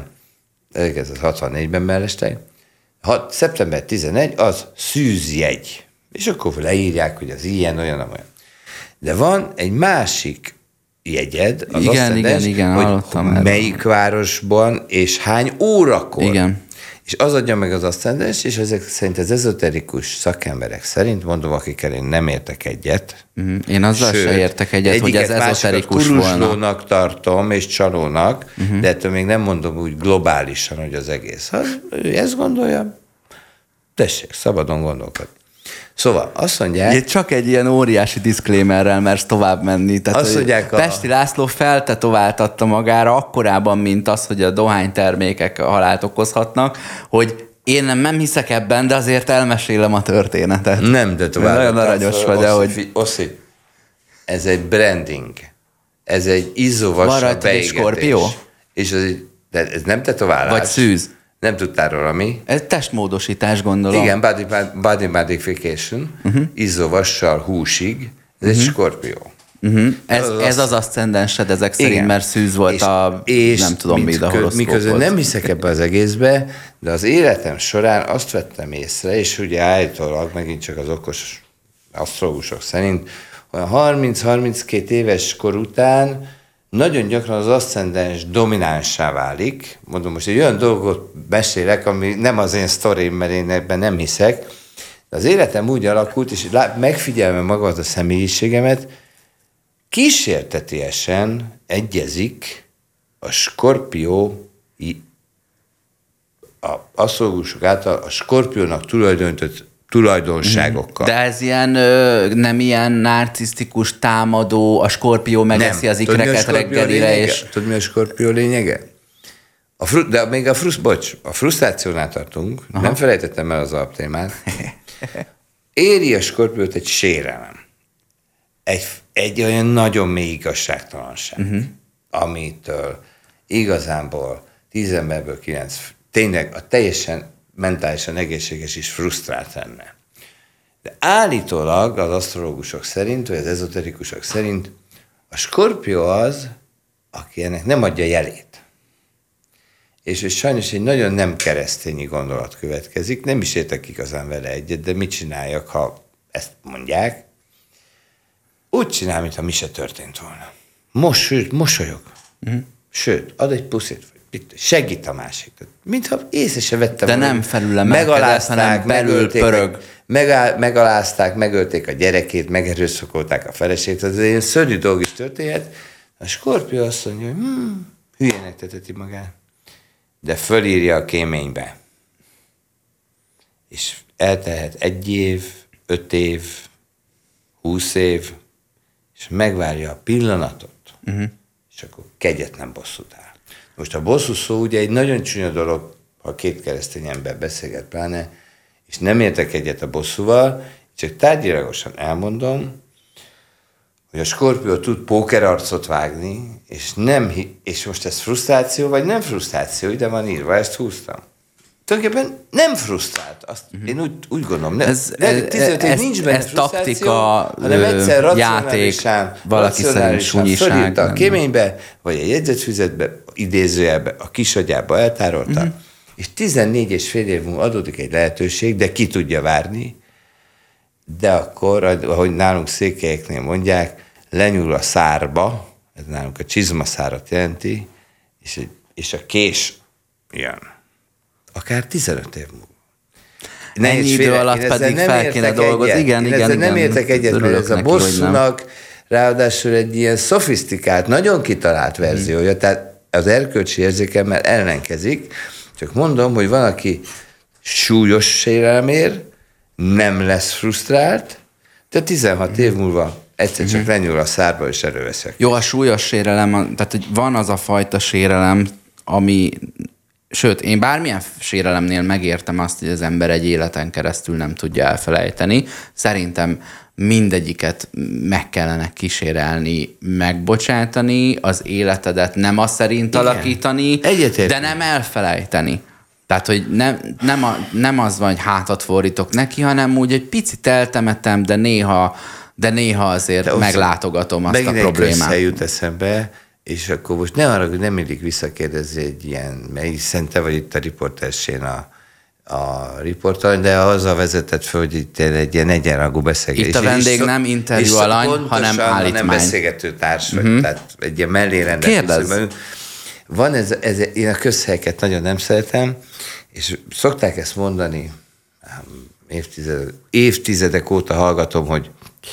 1964-ben mellesleg, szeptember 11 az szűzjegy. És akkor leírják, hogy az ilyen, olyan, olyan. De van egy másik jegyed, az igen, hogy melyik városban és hány órakor. Igen. És az adja meg az aszcendens, és ezek szerint az ezoterikus szakemberek szerint, mondom, akikkel én nem értek egyet. Én azzal se értek egyet, hogy ez ezoterikus volna. Kuruslónak tartom, és csalónak, de ettől még nem mondom úgy globálisan, hogy az egész. Ha ő ezt gondolja, tessék, szabadon gondolkodni. Szóval azt mondják... Csak egy ilyen óriási diszklémerrel mersz tovább menni. Tehát, azt mondják Pesti László feltetováltatta magára akkorában, mint az, hogy a dohánytermékek halált okozhatnak, hogy én nem hiszek ebben, de azért elmesélem a történetet. Nem, de tovább. Nagyon aranyos vagy, ahogy... Oszi, ez egy branding. Ez egy izzóvassal beégetés. Egy skorpió? És de ez nem tetoválás. Vagy szűz. Nem tudtál róla mi? Ez testmódosítás, gondolom. Igen, body modification, izzóvassal húsig, ez egy skorpió. Ez az aszcendensed ezek szerint, igen. Mert szűz volt és nem tudom mi, a horoszkóphoz. Miközben nem hiszek ebbe az egészbe, de az életem során azt vettem észre, és ugye állítólag megint csak az okos asztrológusok szerint, olyan 30-32 éves kor után nagyon gyakran az aszcendens dominánssá válik. Mondom, most egy olyan dolgot mesélek, ami nem az én sztorim, mert én ebben nem hiszek, de az életem úgy alakult, és megfigyelve magamat a személyiségemet, kísértetiesen egyezik a skorpió, a asztrológusok által a skorpiónak tulajdonított tulajdonságokkal. De ez ilyen, nem ilyen narcisztikus támadó, a skorpió megeszi az ikreket reggelire, és... Tudod, mi a skorpió lényege? De még a frusztrációnál tartunk, nem felejtettem el az alaptémát. Éri a skorpiót egy sérelem. Egy olyan nagyon mély igazságtalanság, amitől igazából 10 emberből 9 tényleg a teljesen mentálisan egészséges is frusztrált lenne. De állítólag az asztrológusok szerint, vagy az ezoterikusok szerint a skorpió az, aki ennek nem adja jelét. És sajnos egy nagyon nem keresztényi gondolat következik, nem is értek igazán vele egyet, de mit csináljak, ha ezt mondják? Úgy csinál, mintha mi se történt volna. Mosolyog. Sőt, ad egy puszit, segít a másik. Mintha észre se vettem. De nem felülemelkedett, hanem belül pörög. Megalázták, megölték a gyerekét, megerőszakolták a feleségét. Ez ilyen szörnyű dolog is történhet. A Skorpió azt mondja, hogy hülyének teteti magát. De fölírja a kéménybe. És eltelhet 1 év, 5 év, 20 év, és megvárja a pillanatot, és akkor kegyetlen bosszút áll. Most a bosszú szó ugye egy nagyon csúnya dolog, ha 2 keresztény ember beszélget pláne, és nem értek egyet a bosszúval, csak tárgyilagosan elmondom, hogy a Skorpió tud pókerarcot vágni, és most ez frusztráció, vagy nem frusztráció, ide van írva, ezt húztam. Tulajdonképpen nem frusztrált. Én úgy gondolom, 15 év nincs benne frusztráció, taktika, hanem egyszer játék, valaki szerint súnyiság. Fölírta a kéménybe, vagy a jegyzetfüzetbe, idézőjelbe, a kisagyába eltárolta, és 14 és fél év múlva adódik egy lehetőség, de ki tudja várni, de akkor, ahogy nálunk székelyeknél mondják, lenyúl a szárba, ez nálunk a csizmaszárat jelenti, és a kés jön. Akár 15 év múlva. Ennyi idő alatt pedig fel kéne dolgozni. Igen. Nem értek egyet, mert ez a bosszúnak ráadásul egy ilyen szofisztikált, nagyon kitalált verziója, tehát az erkölcsi érzékemmel ellenkezik, csak mondom, hogy van, aki súlyos sérelmér, nem lesz frusztrált, de 16 év múlva egyszer csak lenyúl a szárba, és előveszek. Jó, a súlyos sérelem, tehát hogy van az a fajta sérelem, ami, sőt, én bármilyen sérelemnél megértem azt, hogy az ember egy életen keresztül nem tudja elfelejteni. Szerintem mindegyiket meg kellene kísérelni, megbocsátani, az életedet nem az szerint alakítani, de nem elfelejteni. Tehát, hogy nem az van, hogy hátat fordítok neki, hanem úgy egy picit eltemetem, de néha azért meglátogatom azt a problémát. Megint jut eszembe, és akkor most ne arra, hogy nem illik visszakérdezni egy ilyen, mely szente vagy itt a riportersén a riportalany, de azzal vezetett fel, hogy itt egy ilyen egyenrangú beszélgetés. Itt a vendég nem interjú alany, hanem állítmány. Nem beszélgető társ, vagy, tehát egy ilyen mellé rendelkező. Van én a közhelyeket nagyon nem szeretem, és szokták ezt mondani, évtizedek óta hallgatom, hogy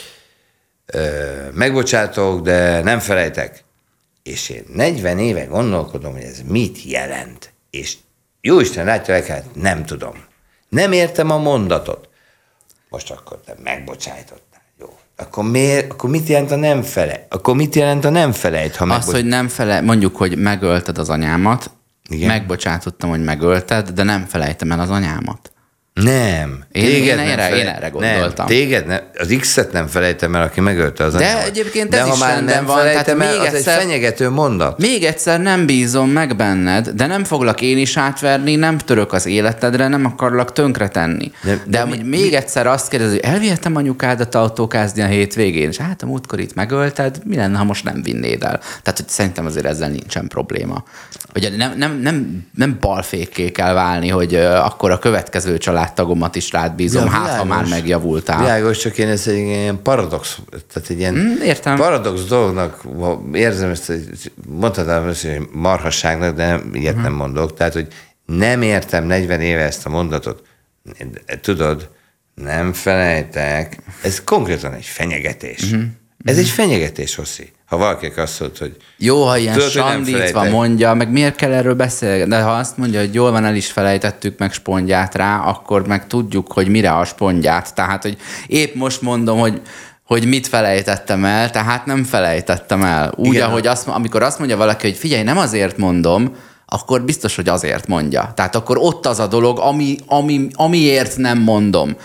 megbocsátok, de nem felejtek. És én 40 éve gondolkodom, hogy ez mit jelent. És jóisten látja el, nem tudom. Nem értem a mondatot. Most akkor te megbocsájtottál. Jó. Akkor miért? Akkor mit jelent a nem fele? Akkor mit jelent a nem felejt? Ha azt, hogy nem mondjuk, hogy megölted az anyámat, igen. Megbocsátottam, hogy megölted, de nem felejtem el az anyámat. Nem. Én erre gondoltam. Az X-et nem felejtem el, aki megölte az anyámat. De egyébként ez is rendben van. Tehát még az egyszer, egy fenyegető mondat. Még egyszer nem bízom meg benned, de nem foglak én is átverni, nem török az életedre, nem akarlak tönkretenni. De hogy még egyszer azt kérdezi, hogy elvihetem anyukádat autókázni a hétvégén, és hát a múltkor itt megölted, mi lenne, ha most nem vinnéd el? Tehát, hogy szerintem azért ezzel nincsen probléma. Hogy nem balfékké kell válni, hogy akkor a következő családtagomat is rád bízom, ha már megjavultál. Világos, csak én ez egy ilyen paradox, tehát egy ilyen paradox dolognak érzem ezt, mondhatnám azt, hogy marhasságnak, de ilyet nem mondok. Tehát, hogy nem értem 40 éve ezt a mondatot. Tudod, nem felejtek. Ez konkrétan egy fenyegetés. Ez egy fenyegetés, Oszi. Ha valaki azt mondta, hogy... Jó, ha ilyen sandítva mondja, meg miért kell erről beszélni? De ha azt mondja, hogy jól van, el is felejtettük meg spondját rá, akkor meg tudjuk, hogy mire a spondját. Tehát, hogy épp most mondom, hogy mit felejtettem el, tehát nem felejtettem el. Úgy, igen, ahogy amikor azt mondja valaki, hogy figyelj, nem azért mondom, akkor biztos, hogy azért mondja. Tehát akkor ott az a dolog, amiért nem mondom.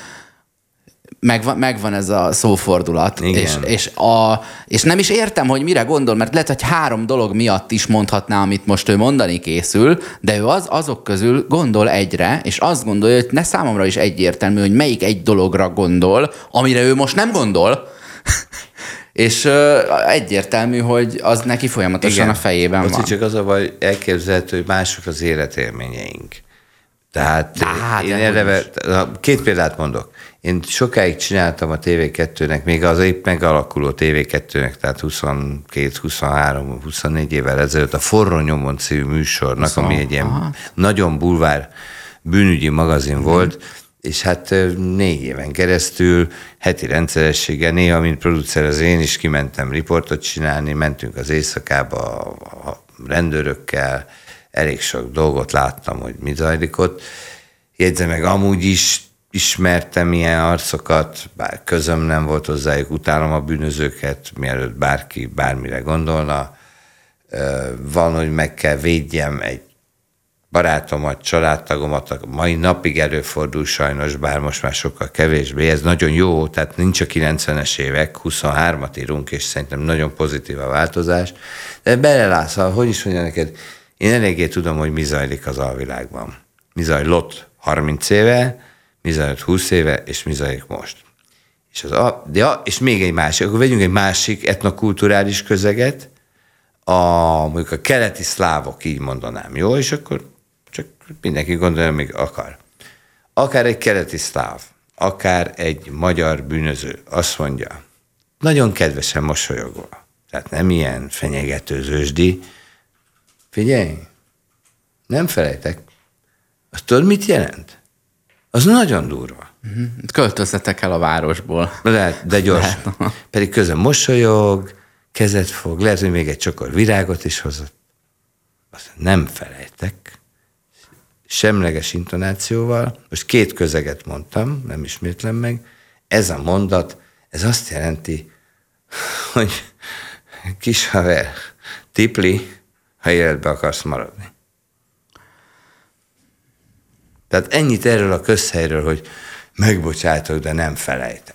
Megvan ez a szófordulat, és nem is értem, hogy mire gondol, mert lehet, hogy 3 dolog miatt is mondhatná, amit most ő mondani készül, de ő azok közül gondol egyre, és azt gondolja, hogy számomra is egyértelmű, hogy melyik egy dologra gondol, amire ő most nem gondol, és egyértelmű, hogy az neki folyamatosan a fejében van. Csak az a baj, elképzelhető, hogy mások az életélményeink. Tehát én eleve 2 példát mondok. Én sokáig csináltam a TV2-nek, még az épp megalakuló TV2-nek, tehát 22, 23, 24 évvel ezelőtt a Forró nyomon című műsornak, ami egy ilyen nagyon bulvár bűnügyi magazin volt, és hát 4 éven keresztül heti rendszerességgel, néha, mint producer, az én is kimentem riportot csinálni, mentünk az éjszakába a rendőrökkel, elég sok dolgot láttam, hogy mi zajlik ott. Jegyzem meg, amúgy is ismertem ilyen arcokat, bár közöm nem volt hozzájuk, utálom a bűnözőket, mielőtt bárki bármire gondolna. Van, hogy meg kell védjem egy barátomat, családtagomat, a mai napig előfordul sajnos, bár most már sokkal kevésbé. Ez nagyon jó, tehát nincs a 90-es évek, 23-at írunk, és szerintem nagyon pozitív a változás. De belelátsz, hogy is mondja neked, én eléggé tudom, hogy mi zajlik az alvilágban. Mi zajlott 30 éve, mi zajlott 20 éve, és mi zajlik most. És még egy másik, akkor vegyünk egy másik etnokulturális közeget, mondjuk a keleti szlávok, így mondanám, jó? És akkor csak mindenki gondolja, még akar. Akár egy keleti szláv, akár egy magyar bűnöző azt mondja, nagyon kedvesen mosolyogva, tehát nem ilyen fenyegető zőzsdi, figyelj, nem felejtek, azt tudod, mit jelent? Az nagyon durva. Költözzetek el a városból. Lehet, de gyorsan. Pedig közben mosolyog, kezet fog, lehet, hogy még egy csokor virágot is hozott. Azt nem felejtek. Semleges intonációval, most 2 közeget mondtam, nem ismétlem meg, ez a mondat, ez azt jelenti, hogy kis haver, tipli, ha életbe akarsz maradni. Tehát ennyit erről a közhelyről, hogy megbocsátok, de nem felejtek.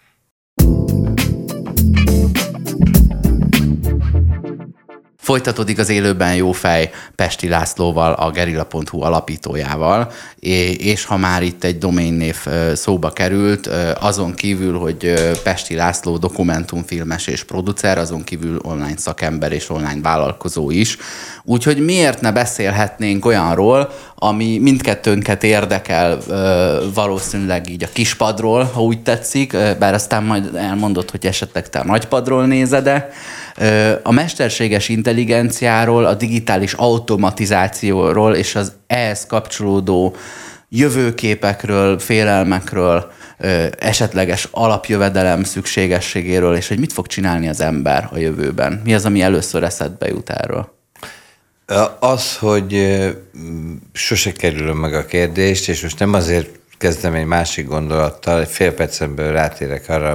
Folytatódik az Élőben jó fej Pesti Lászlóval, a gerilla.hu alapítójával, és ha már itt egy doménnév szóba került, azon kívül, hogy Pesti László dokumentumfilmes és producer, azon kívül online szakember és online vállalkozó is. Úgyhogy miért ne beszélhetnénk olyanról, ami mindkettőnket érdekel, valószínűleg így a kispadról, ha úgy tetszik, bár aztán majd elmondod, hogy esetleg te a nagypadról nézed-e, a mesterséges intelligenciáról, a digitális automatizációról és az ehhez kapcsolódó jövőképekről, félelmekről, esetleges alapjövedelem szükségességéről, és hogy mit fog csinálni az ember a jövőben. Mi az, ami először eszedbe jut erről? Az, hogy sose kerülöm meg a kérdést, és most nem azért kezdem egy másik gondolattal, egy fél percemből rátérek arra,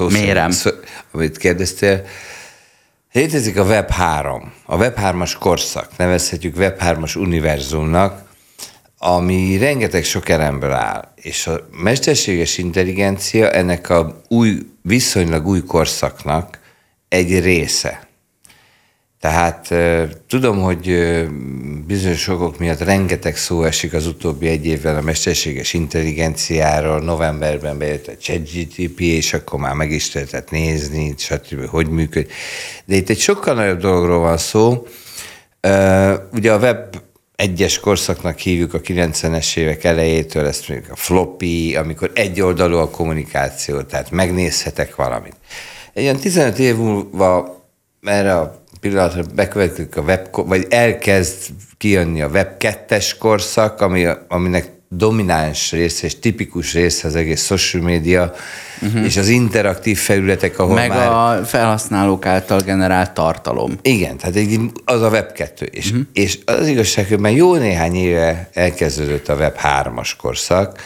amit kérdeztél. Létezik a Web 3, a Web 3-as korszak, nevezhetjük Web 3-as univerzumnak, ami rengeteg sok elemből áll. És a mesterséges intelligencia ennek a viszonylag új korszaknak egy része. Tehát tudom, hogy bizonyos okok miatt rengeteg szó esik az utóbbi 1 évben a mesterséges intelligenciáról, novemberben bejött a ChatGPT, és akkor már meg is lehetett nézni, stb. Hogy működik. De itt egy sokkal nagyobb dologról van szó. Ugye a Web 1-es korszaknak hívjuk a 90-es évek elejétől, ezt mondjuk a floppy, amikor egyoldalú a kommunikáció, tehát megnézhetek valamit. Egy olyan 15 év múlva erre a pillanatra bekövetkezik a vagy elkezd kijönni a Web 2-es korszak, aminek domináns része és tipikus része az egész social media, és az interaktív felületek, ahol meg már... a felhasználók által generált tartalom. Igen, tehát az a Web 2. És az igazság, hogy már jó néhány éve elkezdődött a Web 3-as korszak,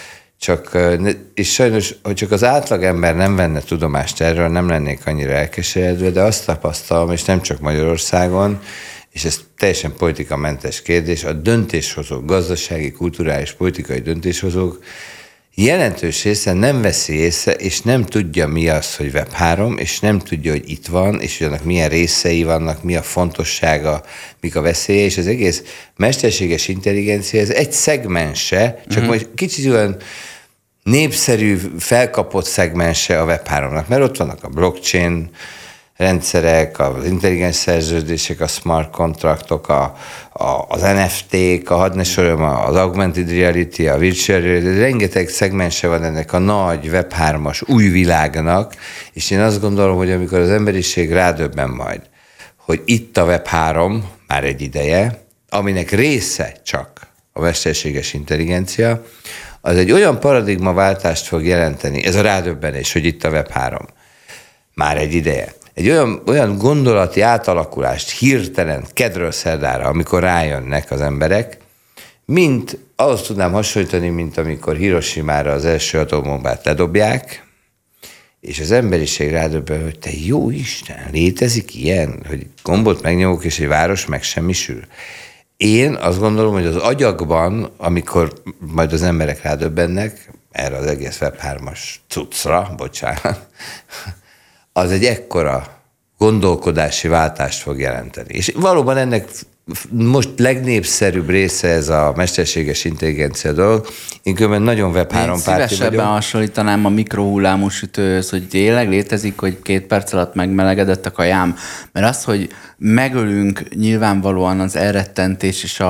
és sajnos, hogy csak az átlagember nem venne tudomást erről, nem lennék annyira elkeseredve, de azt tapasztalom, és nem csak Magyarországon, és ez teljesen politikamentes kérdés, a döntéshozók, gazdasági, kulturális, politikai döntéshozók jelentős része nem veszi észre, és nem tudja, mi az, hogy Web 3, és nem tudja, hogy itt van, és hogy annak milyen részei vannak, mi a fontossága, mik a veszélye, és az egész mesterséges intelligencia, ez egy szegmense, csak majd kicsit olyan népszerű, felkapott szegmense a Web 3-nak, mert ott vannak a blockchain rendszerek, az intelligens szerződések, a smart kontraktok, az NFT-k, hadd ne soroljam, az augmented reality, a virtual reality, rengeteg szegmense van ennek a nagy Web3-as új világnak, és én azt gondolom, hogy amikor az emberiség rádöbben majd, hogy itt a Web3 már egy ideje, aminek része csak a mesterséges intelligencia, az egy olyan paradigmaváltást fog jelenteni, ez a rádöbbenés, hogy itt a Web3 már egy ideje. Egy olyan gondolati átalakulást hirtelen kedről szerdára, amikor rájönnek az emberek, mint ahhoz tudnám hasonlítani, mint amikor Hiroshimára az első atombombát ledobják, és az emberiség rádöbben, hogy te jó Isten, létezik ilyen, hogy gombot megnyomok, és egy város megsemmisül. Én azt gondolom, hogy az agyakban, amikor majd az emberek rádöbbennek, erre az egész Web3-as cuccra, bocsánat, az egy ekkora gondolkodási váltást fog jelenteni. És valóban ennek most legnépszerűbb része ez a mesterséges intelligencia dolog. Én különben nagyon Web3 párti vagyok. Szívesebben hasonlítanám a mikrohullámú sütőhöz, hogy tényleg létezik, hogy 2 perc alatt megmelegedett a kajám. Mert az, hogy megölünk nyilvánvalóan az elrettentés és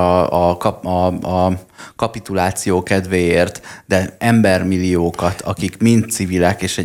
a kapituláció kedvéért, de embermilliókat, akik mind civilek, és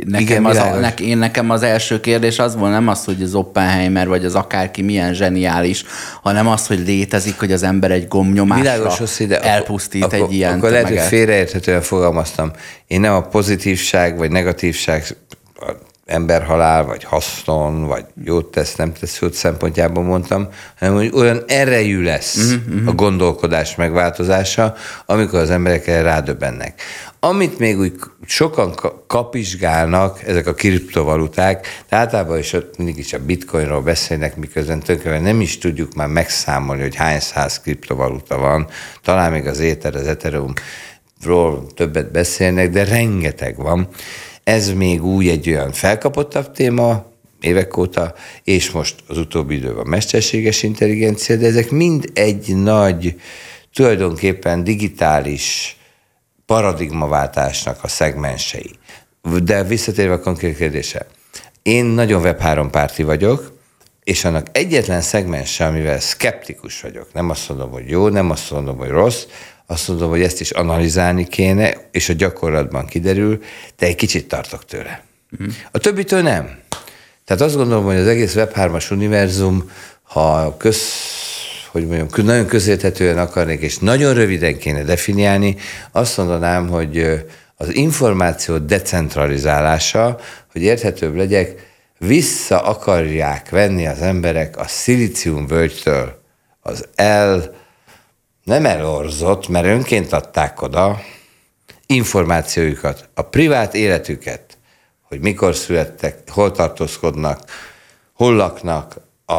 nekem az első kérdés az volt nem az, hogy az Oppenheimer vagy az akárki milyen zseniális, hanem az, hogy létezik, hogy az ember egy gombnyomásra elpusztít egy ilyen Akkor lehet, hogy félreérthetően fogalmaztam. Én nem a pozitívság vagy negatívság, emberhalál, vagy hasznon, vagy jót tesz, nem tesz jót szempontjából mondtam, hanem hogy olyan erejű lesz a gondolkodás megváltozása, amikor az emberek erre rádöbbennek. Amit még úgy sokan kapizsgálnak, ezek a kriptovaluták, de általában is ott mindig is a bitcoinról beszélnek, miközben tulajdonképpen nem is tudjuk már megszámolni, hogy hány száz kriptovaluta van, talán még az Ether, az Ethereumról többet beszélnek, de rengeteg van. Ez még úgy egy olyan felkapottabb téma évek óta, és most az utóbbi időben mesterséges intelligencia, de ezek mind egy nagy, tulajdonképpen digitális paradigmaváltásnak a szegmensei. De visszatérve a konkrét kérdésre, én nagyon Web3 párti vagyok, és annak egyetlen szegmense, amivel szkeptikus vagyok, nem azt mondom, hogy jó, nem azt mondom, hogy rossz, azt mondom, hogy ezt is analizálni kéne, és a gyakorlatban kiderül, de egy kicsit tartok tőle. A többitől nem. Tehát azt gondolom, hogy az egész Web3-as univerzum, ha nagyon közérthetően akarnék, és nagyon röviden kéne definiálni, azt mondanám, hogy az információ decentralizálása, hogy érthetőbb legyek, vissza akarják venni az emberek a szilíciumvölgytől nem elorzott, mert önként adták oda információjukat, a privát életüket, hogy mikor születtek, hol tartózkodnak, hol laknak.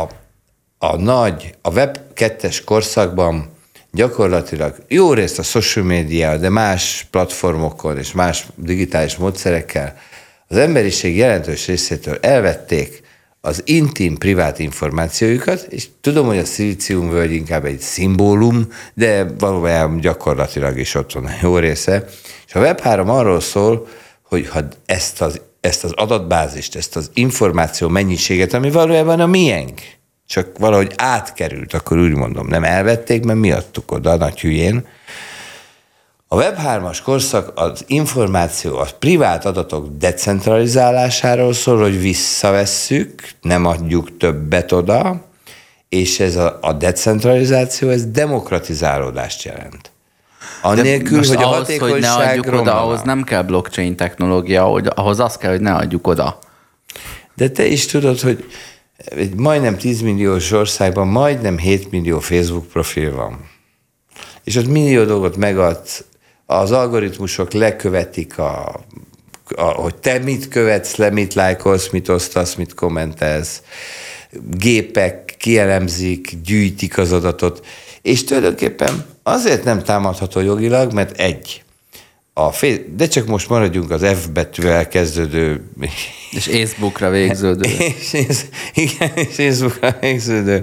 A Web 2-es korszakban gyakorlatilag jó részt a social media, de más platformokon és más digitális módszerekkel az emberiség jelentős részétől elvették az intim, privát információjukat, és tudom, hogy a szilíciumvölgy inkább egy szimbólum, de valójában gyakorlatilag is ott van a jó része. És a Web3 arról szól, hogy ha ezt az adatbázist, ezt az információ mennyiséget, ami valójában a miénk, csak valahogy átkerült, akkor úgy mondom, nem elvették, mert mi adtuk oda, nagy hülyén. A Web3-as korszak az információ, a privát adatok decentralizálásáról szól, hogy visszavesszük, nem adjuk többet oda, és ez a decentralizáció, ez demokratizálódást jelent. Annélkül, hogy a hatékonyság hogy ne adjuk oda, ahhoz nem kell blockchain technológia, ahhoz az kell, hogy ne adjuk oda. De te is tudod, hogy egy majdnem 10 milliós országban majdnem 7 millió Facebook profil van. És ott millió dolgot megadsz, az algoritmusok lekövetik, hogy te mit követsz le, mit lájkolsz, mit osztasz, mit kommentelsz, gépek kielemzik, gyűjtik az adatot, és tulajdonképpen azért nem támadható jogilag, mert de csak most maradjunk az F betűvel kezdődő. És Facebookra végződő. és Facebookra végződő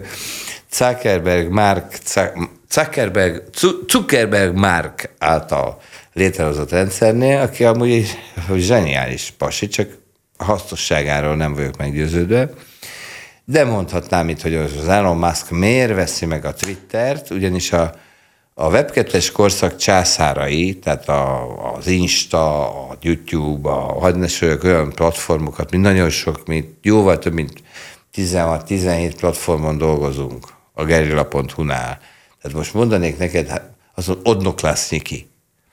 Zuckerberg Mark által létrehozott rendszernél, aki amúgy egy zseniális pasi, csak hasznosságáról nem vagyok meggyőződve, de mondhatnám itt, hogy az Elon Musk miért veszi meg a Twittert, ugyanis a Web 2-es korszak császárai, tehát az Insta, a YouTube, hadd ne soljak olyan platformokat, mint nagyon sok, mint jóval több, mint 16-17 platformon dolgozunk a gerilla.hu-nál. Tehát most mondanék neked, azon Odnoklasszniki.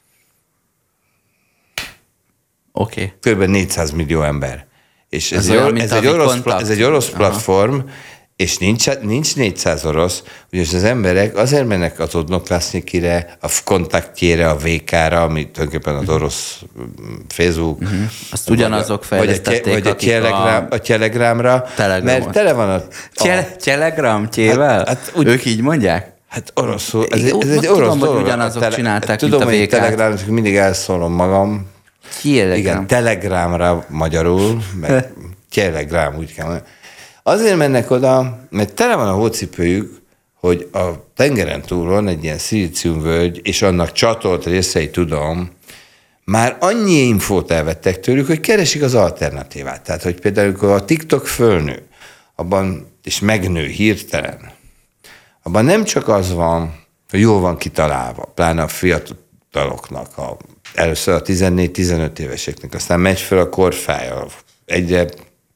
Oké. Kb. 400 millió ember. És ez egy orosz platform, és nincs 400 orosz, ugyanis az emberek azért mennek az Odnoklassznikire, a Kontaktjére, a VK-ra, ami tulajdonképpen az orosz Facebook. Azt ugyanazok fejlesztették, vagy a Telegramra, mert tele van a... Telegram tjével? Hát, ők így mondják? Hát oroszul. Ez egy orosz tudom, dolog. hogy ugyanazok csinálták, tudom, mint a hogy VK-t. Telegramra, csak mindig elszólom magam. Telegram. Igen, Telegramra magyarul, meg Telegram, úgy kell mondani. Azért mennek oda, mert tele van a hócipőjük, hogy a tengeren túl van egy ilyen szilíciumvölgy, és annak csatolt részei, tudom, már annyi infót elvettek tőlük, hogy keresik az alternatívát. Tehát, hogy például, amikor a TikTok fölnő, abban, és megnő hirtelen, abban nem csak az van, hogy jól van kitalálva, pláne a fiataloknak, először a 14-15 éveseknek, aztán megy fel a korfája, egyre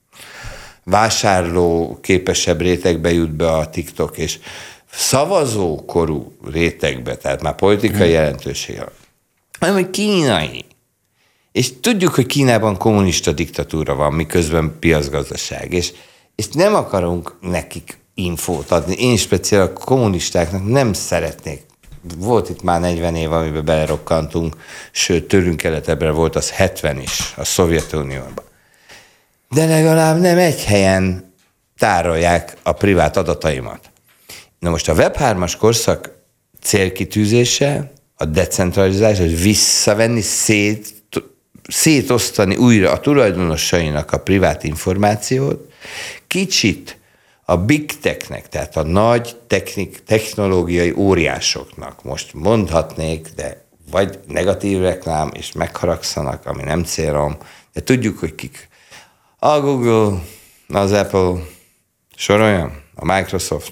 vásárló képesebb rétegbe jut be a TikTok, és szavazókorú rétegbe, tehát már politikai jelentősége, hanem hogy kínai. És tudjuk, hogy Kínában kommunista diktatúra van, miközben piacgazdaság, és nem akarunk nekik infót adni. Én speciál a kommunistáknak nem szeretnék. Volt itt már 40 év, amiben belerokkantunk, sőt, tőlünk keletebbre volt az 70 is, a Szovjetunióban. De legalább nem egy helyen tárolják a privát adataimat. Na most a Web3-as korszak célkitűzése, a decentralizálás, hogy visszavenni, szétosztani újra a tulajdonosainak a privát információt, kicsit a big technek, tehát a nagy technológiai óriásoknak, most mondhatnék, de vagy negatív reklám, és megharagszanak, ami nem célom, de tudjuk, hogy kik. A Google, az Apple, soroljam, a Microsoft.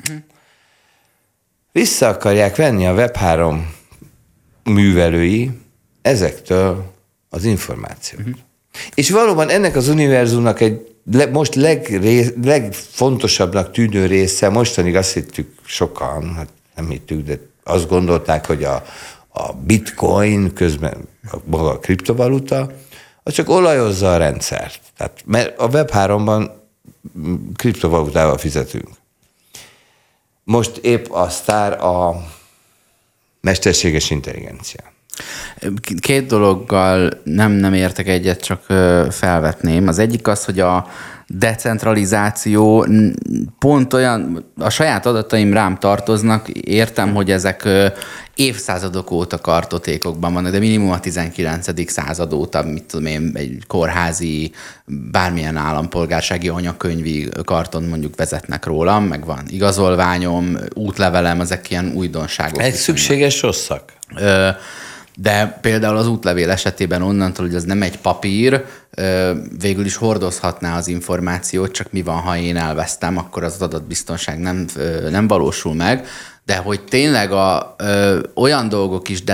Vissza akarják venni a Web3 művelői ezektől az információt. És valóban ennek az univerzumnak egy most legfontosabbnak tűnő része, mostanig azt hittük sokan, hát nem hittük, de azt gondolták, hogy a bitcoin, közben maga a kriptovaluta, az csak olajozza a rendszert. Tehát, mert a Web3-ban kriptovalutával fizetünk. Most épp a sztár a mesterséges intelligencia. Két dologgal nem értek egyet, csak felvetném. Az egyik az, hogy a decentralizáció pont olyan, a saját adataim rám tartoznak, értem, hogy ezek évszázadok óta kartotékokban vannak, de minimum a 19. század óta, mit tudom én, egy kórházi, bármilyen állampolgársági anyakönyvi karton mondjuk vezetnek rólam, meg van igazolványom, útlevelem, ezek ilyen újdonságok. Egy szükséges rosszak. De például az útlevél esetében onnantól, hogy az nem egy papír, végül is hordozhatná az információt, csak mi van, ha én elvesztem, akkor az adatbiztonság nem valósul meg, de hogy tényleg olyan dolgok is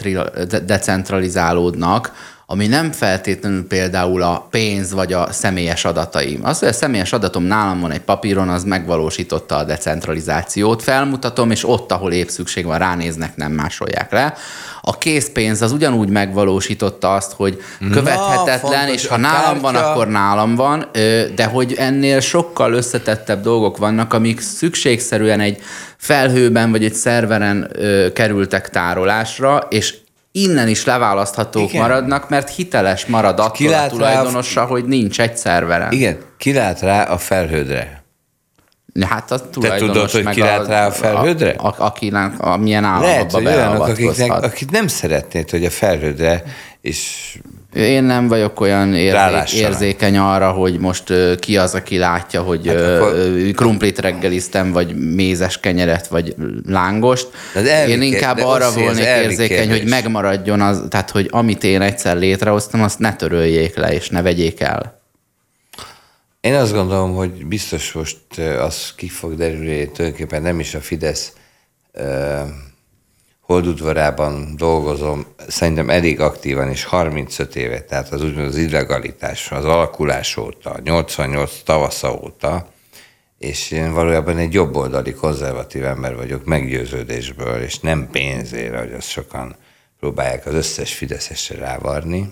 decentralizálódnak, ami nem feltétlenül például a pénz vagy a személyes adataim. Az, hogy a személyes adatom nálam van egy papíron, az megvalósította a decentralizációt, felmutatom, és ott, ahol épp szükség van, ránéznek, nem másolják le. A készpénz az ugyanúgy megvalósította azt, hogy követhetetlen, és ha nálam van, akkor nálam van, de hogy ennél sokkal összetettebb dolgok vannak, amik szükségszerűen egy felhőben vagy egy szerveren kerültek tárolásra, és innen is leválaszthatók maradnak, mert hiteles marad attól a tulajdonosa, hogy nincs egy szerveren. Igen, kilát rá a felhődre. Hát a tulajdonos. Te tudod, hogy kilát rá a felhődre? Akinek milyen állapotba beavatkozhat. Akik nem szeretnéd, hogy a felhődre is... Én nem vagyok olyan érzékeny arra, hogy most ki az, aki látja, hogy krumplit reggeliztem, vagy mézes kenyeret, vagy lángost. Én inkább arra volnék érzékeny, hogy megmaradjon az, tehát hogy amit én egyszer létrehoztam, azt ne töröljék le, és ne vegyék el. Én azt gondolom, hogy biztos most az ki fog derülni, tulajdonképpen nem is a Fidesz holdudvarában dolgozom, szerintem elég aktívan, és 35 éve, tehát az úgynevezett illegalitás, az alakulás óta, 88 tavasza óta, és én valójában egy jobboldali konzervatív ember vagyok meggyőződésből, és nem pénzére, hogy azt sokan próbálják az összes fideszesre rávarni,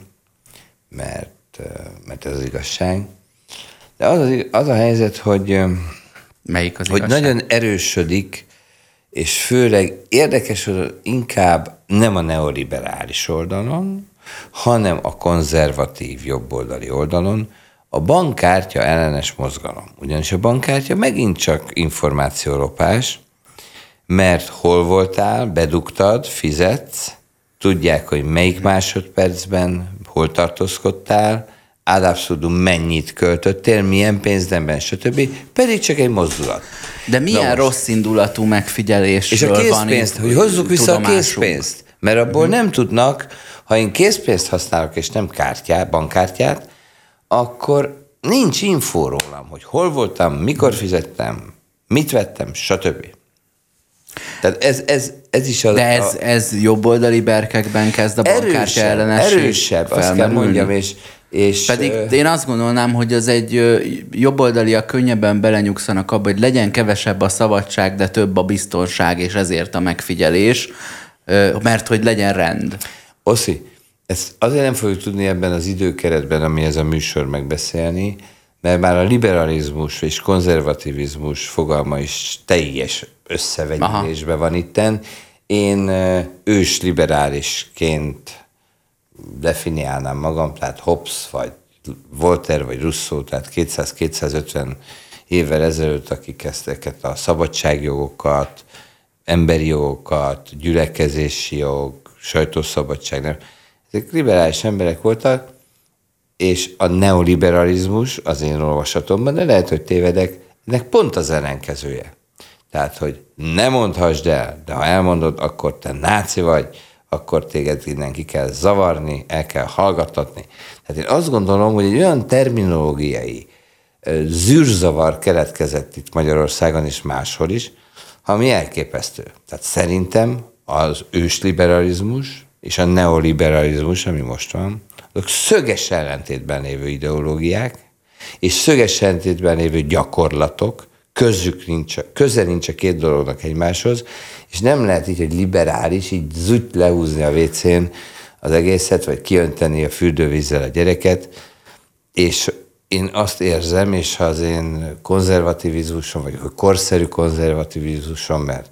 mert ez az igazság. De az a helyzet, hogy, Melyik az hogy igazság? nagyon erősödik, és főleg érdekes, hogy inkább nem a neoliberális oldalon, hanem a konzervatív jobboldali oldalon a bankkártya ellenes mozgalom. Ugyanis a bankkártya megint csak információlopás, mert hol voltál, bedugtad, fizetsz, tudják, hogy melyik másodpercben hol tartózkodtál, ad abszurdum mennyit költöttél, milyen pénznemben, stb. Pedig csak egy mozdulat. De milyen rossz indulatú megfigyelésről és a van készpénzt, itt hogy hozzuk vissza a tudomásunk? készpénzt, mert abból nem tudnak, ha én készpénzt használok, és nem bankkártyát, akkor nincs infó rólam, hogy hol voltam, mikor fizettem, mit vettem, stb. Tehát ez is az... De ez jobboldali berkekben kezd a bankkártya ellenesség erősebb, azt kell mondjam, és pedig én azt gondolnám, hogy az egy jobboldaliak könnyebben belenyugszanak abba, hogy legyen kevesebb a szabadság, de több a biztonság, és ezért a megfigyelés, mert hogy legyen rend. Oszi, ezt azért nem fogjuk tudni ebben az időkeretben, ami ez a műsor megbeszélni, mert már a liberalizmus és konzervativizmus fogalma is teljes összevegyülésben van itten. Én ősliberálisként definiálnám magam, tehát Hobbes, vagy Voltaire, vagy Rousseau, tehát 200-250 évvel ezelőtt, akik ezeket a szabadságjogokat, emberi jogokat, gyülekezési jog, sajtószabadság, nem, ezek liberális emberek voltak, és a neoliberalizmus az én olvasatomban, de lehet, hogy tévedek, ennek pont az ellenkezője. Tehát, hogy ne mondhassd el, de ha elmondod, akkor te náci vagy, akkor téged innen ki kell zavarni, el kell hallgattatni. Tehát én azt gondolom, hogy egy olyan terminológiai zűrzavar keletkezett itt Magyarországon és máshol is, ami elképesztő. Tehát szerintem az ősliberalizmus és a neoliberalizmus, ami most van, azok szöges ellentétben lévő ideológiák, és szöges ellentétben lévő gyakorlatok, köze nincs a két dolognak egymáshoz, és nem lehet így, hogy liberális, így zütt lehúzni a WC-n az egészet, vagy kiönteni a fürdővízzel a gyereket, és én azt érzem, és ha az én konzervativizmusom, vagy a korszerű konzervativizmusom, mert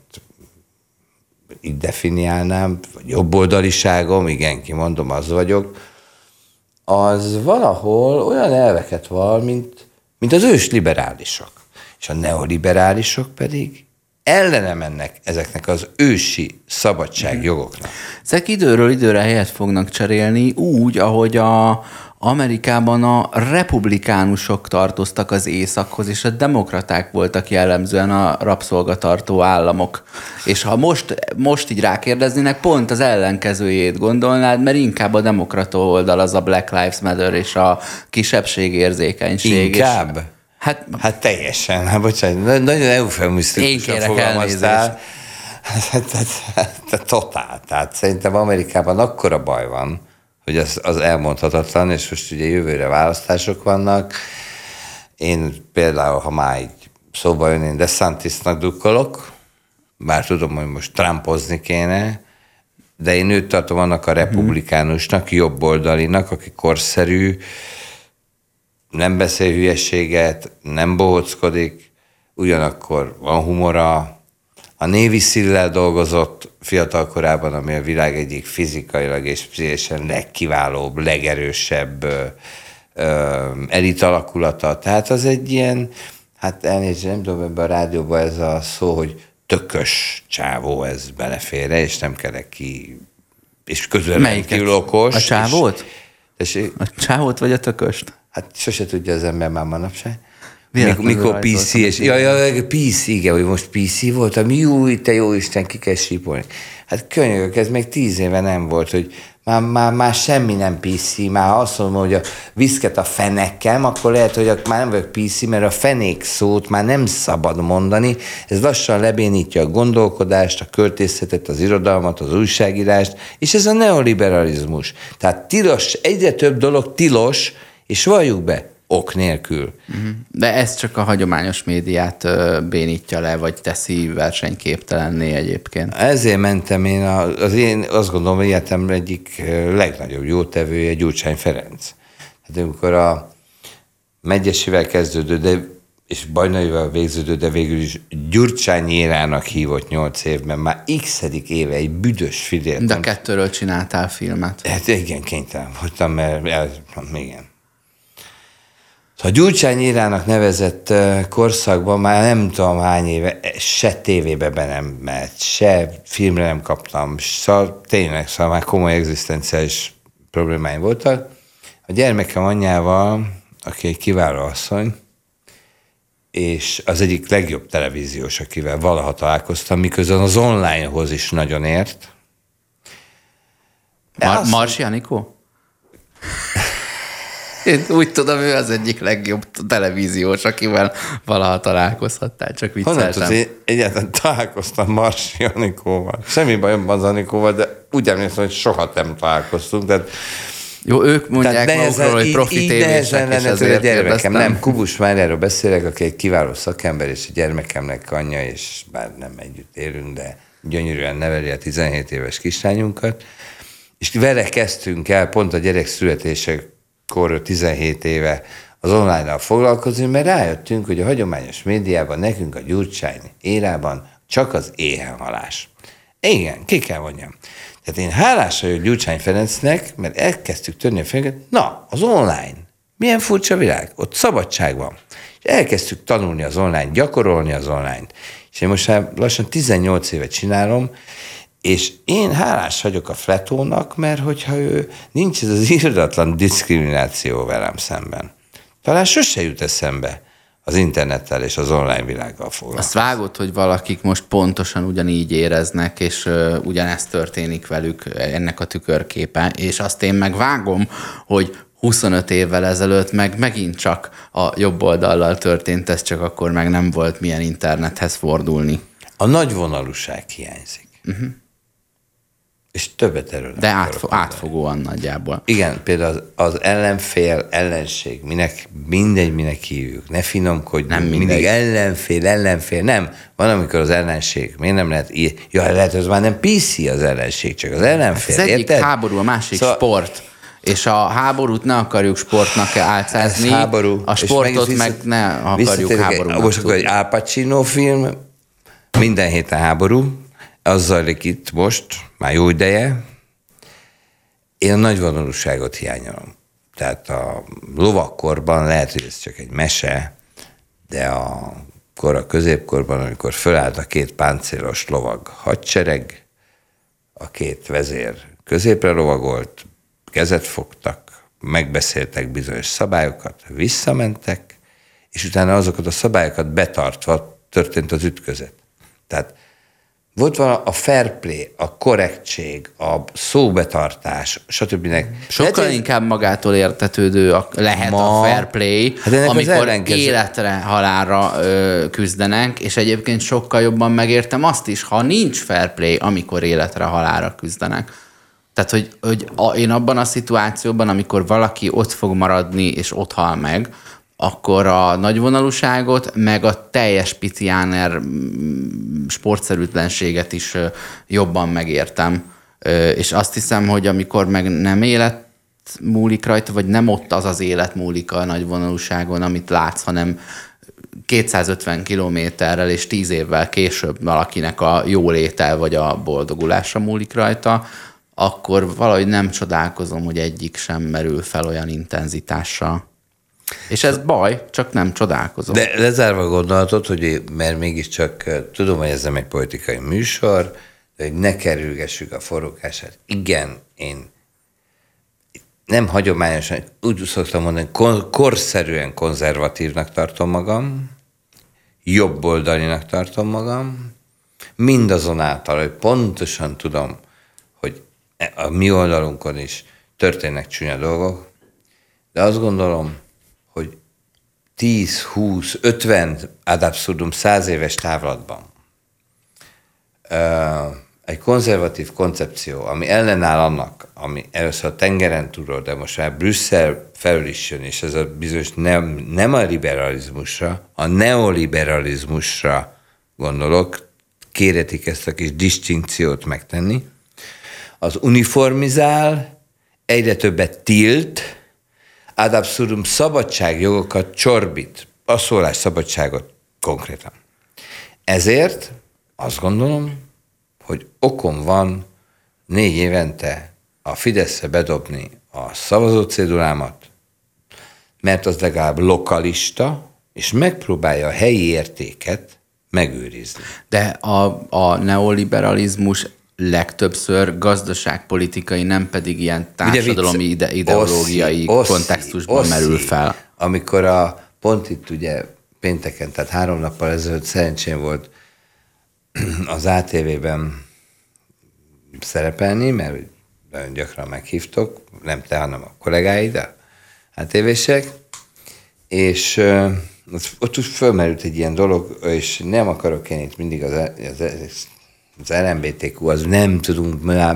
így definiálnám, vagy jobboldaliságom, igen, kimondom, az vagyok, az valahol olyan elveket val, mint az ős liberálisok. És a neoliberálisok pedig ellene mennek ezeknek az ősi szabadságjogoknak. Ezek időről időre helyet fognak cserélni úgy, ahogy Amerikában a republikánusok tartoztak az északhoz, és a demokraták voltak jellemzően a rabszolgatartó államok. És ha most így rákérdeznének, pont az ellenkezőjét gondolnád, mert inkább a demokrata oldal az a Black Lives Matter és a kisebbségérzékeny. Inkább? Hát teljesen. Hát bocsánat, nagyon eufemisztikusan fogalmaztál. Totál. Tehát szerintem Amerikában akkora baj van, hogy az elmondhatatlan, és most ugye jövőre választások vannak. Én például, ha már így szóba jön, én DeSantisnak drukkolok, bár tudom, hogy most Trumpozni kéne, de én őt tartom annak a republikánusnak, jobboldalinak, aki korszerű, nem beszél hülyeséget, nem bohockodik, ugyanakkor van humora. A Navy SEAL-lel dolgozott fiatalkorában, ami a világ egyik fizikailag és pszichésen legkiválóbb, legerősebb elit alakulata. Tehát az egy ilyen, hát elnézést, nem tudom, ebben a rádióban ez a szó, hogy tökös csávó, ez belefér, és nem kell ki, és közben kívül okos. A csávót? A csávót vagy a tököst? Hát sose tudja az ember már manapság. Mikor PC, és PC, igen, hogy most PC voltam, jó, te jó Isten, ki kell sípolni. Hát könyörgök, ez még 10 éve nem volt, hogy már semmi nem PC, már azt mondom, hogy a viszket a fenekem, akkor lehet, hogy már nem vagyok PC, mert a fenék szót már nem szabad mondani. Ez lassan lebénítja a gondolkodást, a költészetet, az irodalmat, az újságírást, és ez a neoliberalizmus. Tehát tilos, egyre több dolog tilos, és valljuk be, ok nélkül. De ez csak a hagyományos médiát bénítja le, vagy teszi versenyképtelenné egyébként. Ezért mentem én azt gondolom, hogy életem egyik legnagyobb jótevője Gyurcsány Ferenc. Hát amikor a Medgyessy-vel kezdődő, és Bajnaival végződő, de végül is Gyurcsány érának hívott 8 évben, már x-edik éve egy büdös Fidél. De a kettőről csináltál filmet. Hát igen, kénytelen voltam, mert igen. A Gyurcsány írának nevezett korszakban már nem tudom hány éve, se tévébe be nem mehet, se filmre nem kaptam, tényleg már komoly egzisztenciális problémáim voltak. A gyermekem anyjával, aki egy kiváló asszony, és az egyik legjobb televíziós, akivel valaha találkoztam, miközben az onlinehoz is nagyon ért. Marsi Anikó? Én úgy tudom, ő az egyik legjobb televíziós, akivel valaha találkozhattál, csak vicceltem. Honnan egyáltalán találkoztam Marsi Anikóval. Semmi bajom az Anikóval, de úgy emlékszem, hogy soha nem találkoztunk. Tehát, jó, ők mondják magukról, hogy profi tévések, és ezért gyermekem. Nem, Kubus Máriáról beszélek, aki egy kiváló szakember, és a gyermekemnek anyja, és bár nem együtt élünk, de gyönyörűen neveli a 17 éves kislányunkat. És vele kezdtünk el pont a gyerek születésekor 17 éve az online-nal foglalkozni, mert rájöttünk, hogy a hagyományos médiában nekünk a Gyurcsány érában csak az éhenhalás. Igen, ki kell mondjam. Tehát én hálás vagyok Gyurcsány Ferencnek, mert elkezdtük törni a fejünket, na, az online, milyen furcsa világ, ott szabadság van. És elkezdtük tanulni az online, gyakorolni az online-t. És én most már lassan 18 évet csinálom, és én hálás vagyok a Fletónak, mert hogyha ő nincs ez az irdatlan diszkrimináció velem szemben, talán sose jut eszembe az internettel és az online világgal foglalkozni. Azt vágod, hogy valakik most pontosan ugyanígy éreznek, és ugyanezt történik velük, ennek a tükörképe, és azt én megvágom, hogy 25 évvel ezelőtt meg megint csak a jobb oldallal történt, ez csak akkor meg nem volt milyen internethez fordulni. A nagyvonalúság hiányzik. És többet erről de átfogóan nagyjából. Igen, például az ellenfél, ellenség, minek hívjuk, ne finomkodjunk, nem mindig ellenfél, nem. Van, amikor az ellenség, miért nem lehet lehet, ez már nem PC az ellenség, csak az ellenfél. Az egyik háború, a másik sport. És a háborút ne akarjuk sportnak álcázni, a sportot meg ne akarjuk háborúnak. Most akkor egy Al Pacino film, minden héten háború, az zajlik itt most, már jó ideje. Én a nagyvonalúságot hiányolom. Tehát a lovakkorban lehet, hogy ez csak egy mese, de a középkorban, amikor fölállt a két páncélos lovag hadsereg, a két vezér középre lovagolt, kezet fogtak, megbeszéltek bizonyos szabályokat, visszamentek, és utána azokat a szabályokat betartva történt az ütközet. Tehát volt a fair play, a korrektség, a szóbetartás, stb. Sokkal inkább magától értetődő lehet a fair play, amikor életre, halálra küzdenek, és egyébként sokkal jobban megértem azt is, ha nincs fair play, amikor életre, halálra küzdenek. Tehát, hogy én abban a szituációban, amikor valaki ott fog maradni, és ott hal meg, akkor a nagyvonalúságot, meg a teljes piciáner sportszerűtlenséget is jobban megértem. És azt hiszem, hogy amikor meg nem élet múlik rajta, vagy nem ott az élet múlik a nagyvonalúságon, amit látsz, hanem 250 kilométerrel és 10 évvel később valakinek a jóléte vagy a boldogulása múlik rajta, akkor valahogy nem csodálkozom, hogy egyik sem merül fel olyan intenzitással. És ez baj, csak nem csodálkozom. De lezárva a gondolatot, hogy mert mégiscsak tudom, hogy ez nem egy politikai műsor, de hogy ne kerülgessük a forrókását. Igen, én nem hagyományosan, úgy szoktam mondani, korszerűen konzervatívnak tartom magam, jobboldalinak tartom magam, mindazonáltal, hogy pontosan tudom, hogy a mi oldalunkon is történnek csúnya dolgok, de azt gondolom, hogy 10, 20, 50, ad abszurdum 100 éves távlatban egy konzervatív koncepció, ami ellenáll annak, ami először a tengeren túlról, de most már Brüsszel felül is jön, és ez a bizonyos nem a liberalizmusra, a neoliberalizmusra gondolok, kéretik ezt a kis distinkciót megtenni, az uniformizál, egyre többet tilt, ad abszurdum szabadságjogokat csorbít, a szólásszabadságot konkrétan. Ezért azt gondolom, hogy okom van 4 évente a Fideszre bedobni a szavazócédulámat, mert az legalább lokalista, és megpróbálja a helyi értéket megőrizni. De a neoliberalizmus legtöbbször gazdaságpolitikai, nem pedig ilyen társadalmi ideológiai kontextusban merül fel. Amikor pont itt ugye pénteken, tehát 3 nappal ezelőtt szerencsém volt az ATV-ben szerepelni, mert nagyon gyakran meghívtok, nem te, hanem a kollégáid, a ATV-sek, és ott úgy fölmerült egy ilyen dolog, és nem akarok én itt mindig az LMBTQ, az nem tudunk már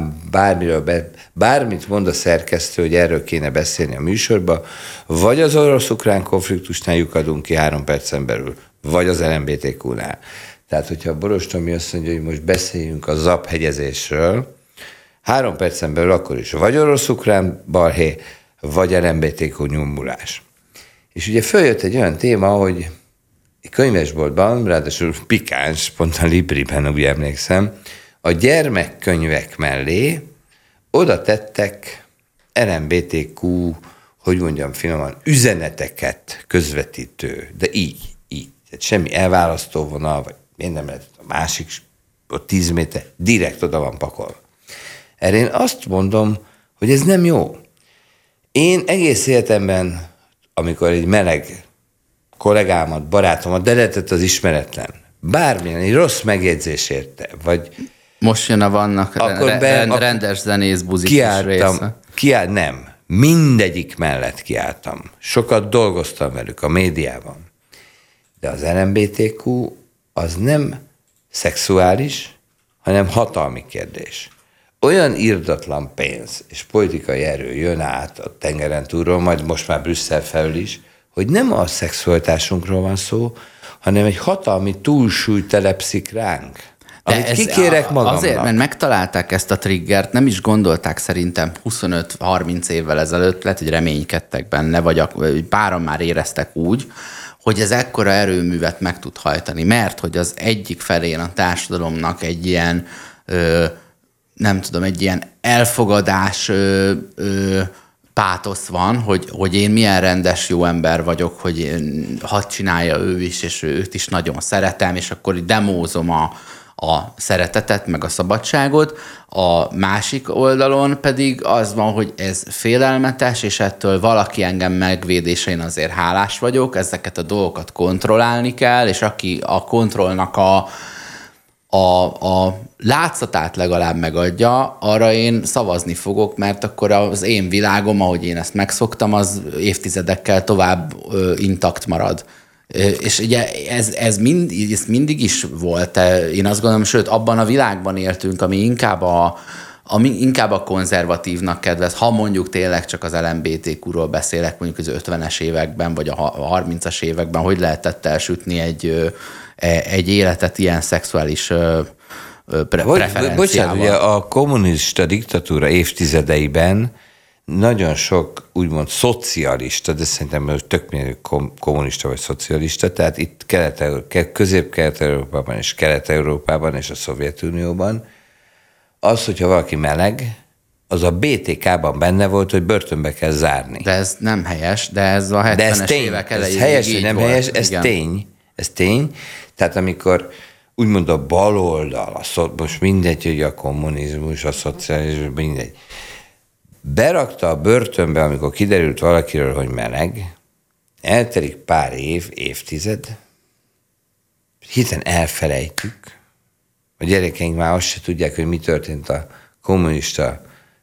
bármit mond a szerkesztő, hogy erről kéne beszélni a műsorba, vagy az orosz-ukrán konfliktusnál lyukadunk ki 3 percen belül, vagy az LMBTQ-nál. Tehát, hogyha a Boros Tomi azt mondja, hogy most beszéljünk a zaphegyezésről, 3 percen belül akkor is vagy orosz-ukrán balhé, vagy LMBTQ nyomulás. És ugye följött egy olyan téma, hogy egy könyvesboltban, ráadásul pikáns, pont a Libriben, úgy emlékszem, a gyermekkönyvek mellé oda tettek LMBTQ, hogy mondjam finoman, üzeneteket közvetítő, de így. Tehát semmi elválasztó vonal, vagy miért nem lehet a másik, ott 10 méter, direkt oda van pakolva. Erre én azt mondom, hogy ez nem jó. Én egész életemben, amikor egy meleg kollégámat, barátomat, de lehetett az ismeretlen, bármilyen, egy rossz megjegyzés érte, vagy... Most jön a vannak rendes zenész buzik része. Nem, mindegyik mellett kiálltam. Sokat dolgoztam velük a médiában. De az LMBTQ az nem szexuális, hanem hatalmi kérdés. Olyan irdatlan pénz és politikai erő jön át a tengeren túlról, majd most már Brüsszel felül is, hogy nem a szexualitásunkról van szó, hanem egy hatalmi túlsúly telepszik ránk. Amit kikérek magamnak. Azért, mert megtalálták ezt a triggert, nem is gondolták szerintem 25-30 évvel ezelőtt, lehet, hogy reménykedtek benne, vagy páran már éreztek úgy, hogy ez ekkora erőművet meg tud hajtani, mert hogy az egyik felén a társadalomnak egy ilyen, nem tudom, egy ilyen elfogadás pátosz van, hogy én milyen rendes jó ember vagyok, hogy hadd csinálja ő is, és őt is nagyon szeretem, és akkor demózom a szeretetet, meg a szabadságot. A másik oldalon pedig az van, hogy ez félelmetes, és ettől valaki engem megvéd, és én azért hálás vagyok, ezeket a dolgokat kontrollálni kell, és aki a kontrollnak a látszatát legalább megadja, arra én szavazni fogok, mert akkor az én világom, ahogy én ezt megszoktam, az évtizedekkel tovább intakt marad. És ugye ez mindig is volt. Én azt gondolom, sőt, abban a világban éltünk, ami inkább a konzervatívnak kedvez, ha mondjuk tényleg csak az LMBTQ-ról beszélek, mondjuk az 50-es években, vagy a 30-as években, hogy lehetett elsütni egy életet ilyen szexuális preferenciával. Bocsánat, ugye a kommunista diktatúra évtizedeiben nagyon sok úgymond szocialista, de szerintem tök mindegy kommunista vagy szocialista, tehát itt Közép-Kelet-Európában és Kelet-Európában és a Szovjetunióban az, hogyha valaki meleg, az a BTK-ban benne volt, hogy börtönbe kell zárni. De ez nem helyes, de ez a 70-es évek elején. Ez helyes, hogy nem helyes, ez tény. Ez tény. Tehát amikor úgymond a baloldal, most mindegy, hogy a kommunizmus, a szocializmus, mindegy, berakta a börtönbe, amikor kiderült valakiről, hogy meleg, eltelik pár évtized, hiszen elfelejtjük, a gyerekeink már azt se tudják, hogy mi történt a kommunista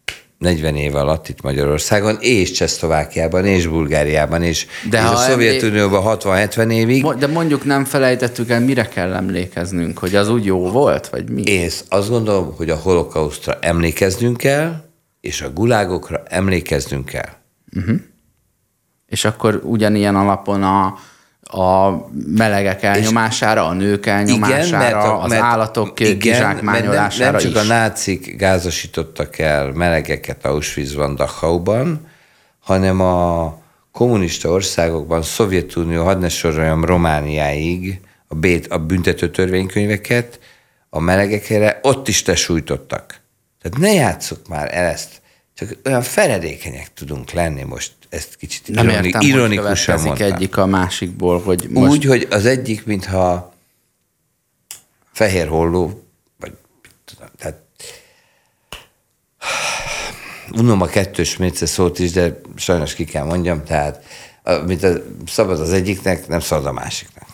40 év alatt itt Magyarországon, és Csehszlovákiában, és Bulgáriában, és a Szovjetunióban 60-70 évig. De mondjuk nem felejtettük el, mire kell emlékeznünk, hogy az úgy jó volt, vagy mi? Én azt gondolom, hogy a holokausztra emlékeznünk kell, és a gulágokra emlékeznünk kell. Uh-huh. És akkor ugyanilyen alapon a melegek elnyomására, a nők elnyomására, az állatok kizsákmányolására is. Nem csak is. a nácik gázosítottak el melegeket Auschwitzban, Dachauban, hanem a kommunista országokban, Szovjetunió, hadd ne soroljam Romániáig a büntető törvénykönyveket, a melegekre ott is tesújtottak. Tehát ne játsszuk már el ezt. Csak olyan feledékenyek tudunk lenni most. Ezt kicsit ironikusan mondtam. Egyik a másikból, hogy most... Úgy, hogy az egyik, mintha fehér holló, vagy tudom, tehát unom a kettős mérce szót is, de sajnos ki kell mondjam, tehát mint szabad az egyiknek, nem szabad a másiknak.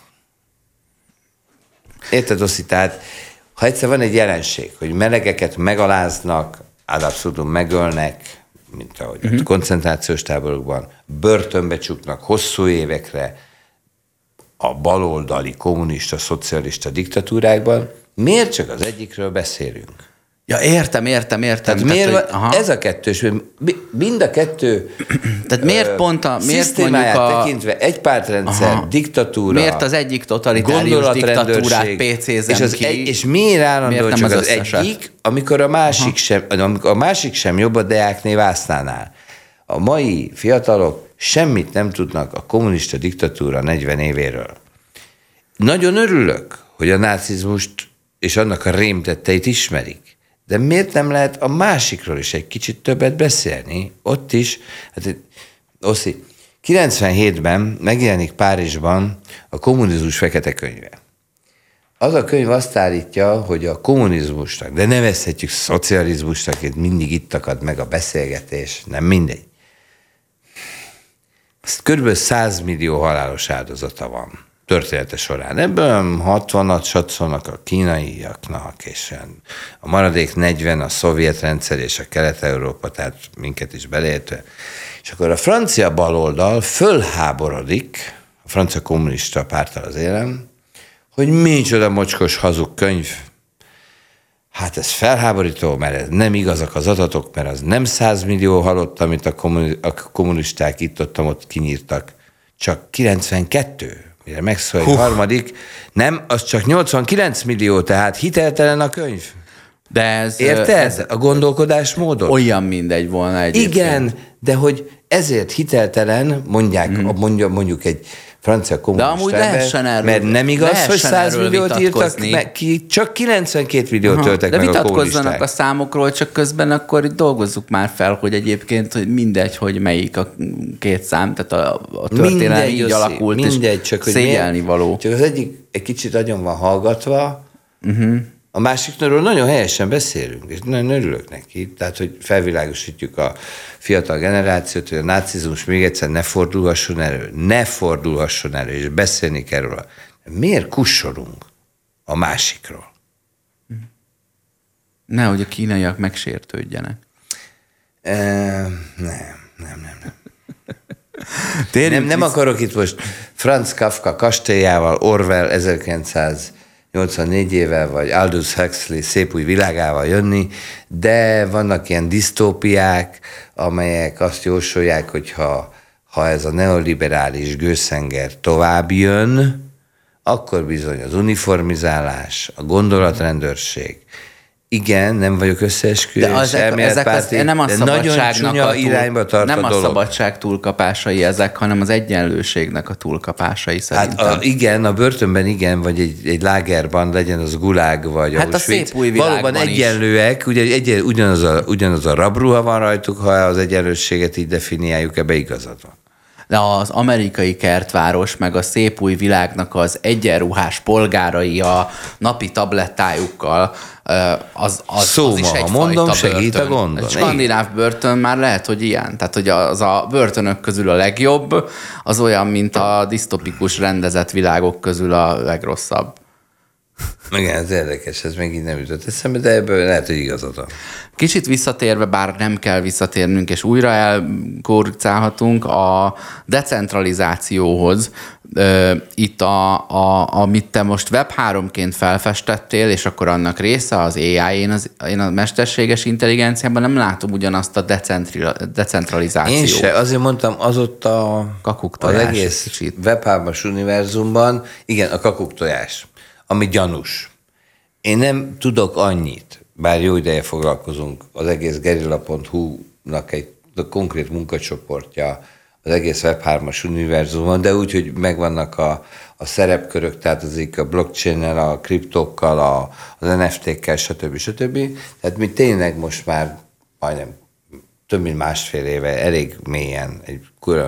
Érted, Oszi? Tehát ha egyszer van egy jelenség, hogy melegeket megaláznak, ad abszolút megölnek, mint ahogy a koncentrációs táborokban, börtönbe csuknak hosszú évekre a baloldali, kommunista, szocialista diktatúrákban, miért csak az egyikről beszélünk? Ja, értem. Tehát miért ez a kettős, mind a kettő tehát miért pont szisztémáját tekintve egy pártrendszer, diktatúra, miért az egyik totalitárius diktatúrát PC-zem ki? És miért állandó csak az egyik, amikor a másik sem jobb a Deákné Vásznánál. A mai fiatalok semmit nem tudnak a kommunista diktatúra 40 évéről. Nagyon örülök, hogy a nácizmust és annak a rémtetteit ismerik. De miért nem lehet a másikról is egy kicsit többet beszélni? Ott is, hát Oszi, 97-ben megjelenik Párizsban a kommunizmus fekete könyve. Az a könyv azt állítja, hogy a kommunizmusnak, de nevezhetjük szocializmusnak, itt mindig itt akad meg a beszélgetés, nem mindegy. Körülbelül 100 millió halálos áldozata van története során. Ebből 60-at satszolnak a kínaiaknak, és a maradék 40 a szovjet rendszer és a Kelet-Európa, tehát minket is beleértve. És akkor a francia baloldal fölháborodik, a francia kommunista párttal az élem, hogy micsoda mocskos hazug könyv. Hát ez felháborító, mert ez nem igazak az adatok, mert az nem 100 millió halott, amit a kommunisták itt-ott kinyírtak, csak 92. Mire megszól egy harmadik, nem, az csak 89 millió, tehát hiteltelen a könyv. De ez, érted? Ez a gondolkodásmódot? Olyan mindegy volna egyébként. Igen, de hogy ezért hiteltelen, mondjuk egy francia kommunista ember, mert nem igaz, hogy 100 milliót írtak ki, csak 92 milliót töltek meg a kommunisták. De vitatkozzanak a számokról, csak közben akkor dolgozzuk már fel, hogy egyébként hogy mindegy, hogy melyik a két szám, tehát a történelem így alakult, mindegy, csak szégyelni való. Csak az egyik egy kicsit agyon van hallgatva, a másikról nagyon helyesen beszélünk, és nagyon örülök neki, tehát, hogy felvilágosítjuk a fiatal generációt, hogy a nácizmus még egyszer ne fordulhasson elő, és beszélni kell róla. Miért kussolunk a másikról? Nehogy a kínaiak megsértődjenek. Nem. Nem akarok itt most Franz Kafka kastélyával, Orwell 1984-ével, vagy Aldous Huxley szép új világával jönni, de vannak ilyen disztópiák, amelyek azt jósolják, hogy ha ez a neoliberális gőzhenger tovább jön, akkor bizony az uniformizálás, a gondolatrendőrség, igen, nem vagyok összeesküvés elméletpárti, nem a de nagyon csúnya irányba tart nem a dolog. Nem a szabadság túlkapásai ezek, hanem az egyenlőségnek a túlkapásai szerintem. Hát igen, a börtönben igen, vagy egy lágerban legyen az gulág, vagy hát Auschwitz. A szép új világban valóban egyenlőek, ugye ugyanaz a rabruha van rajtuk, ha az egyenlőséget így definiáljuk, ebbe igazad van. De az amerikai kertváros, meg a szép új világnak az egyenruhás polgárai a napi tablettájukkal, az is egyfajta mondom, segít börtön. A gondon. Egy skandináv börtön már lehet, hogy ilyen. Tehát, hogy az a börtönök közül a legjobb, az olyan, mint a disztopikus rendezett világok közül a legrosszabb. Igen, ez érdekes, ez még így nem jutott eszembe, de ebből lehet, hogy igazad van. Kicsit visszatérve, bár nem kell visszatérnünk, és újra elgurcálhatunk a decentralizációhoz. Itt, amit te most Web3-ként felfestettél, és akkor annak része az AI, én a mesterséges intelligenciában nem látom ugyanazt a decentralizációt. Én se, azért mondtam, az ott az egész Web3-as univerzumban, igen, a kakuktojás, ami gyanús. Én nem tudok annyit, bár jó ideje foglalkozunk, az egész gerilla.hu-nak egy konkrét munkacsoportja az egész Web3-as univerzumban, de úgy, hogy megvannak a szerepkörök, tehát azik a blockchain-nel, a kriptókkal, az NFT-kkel, stb. Tehát mi tényleg most már majdnem több mint másfél éve elég mélyen egy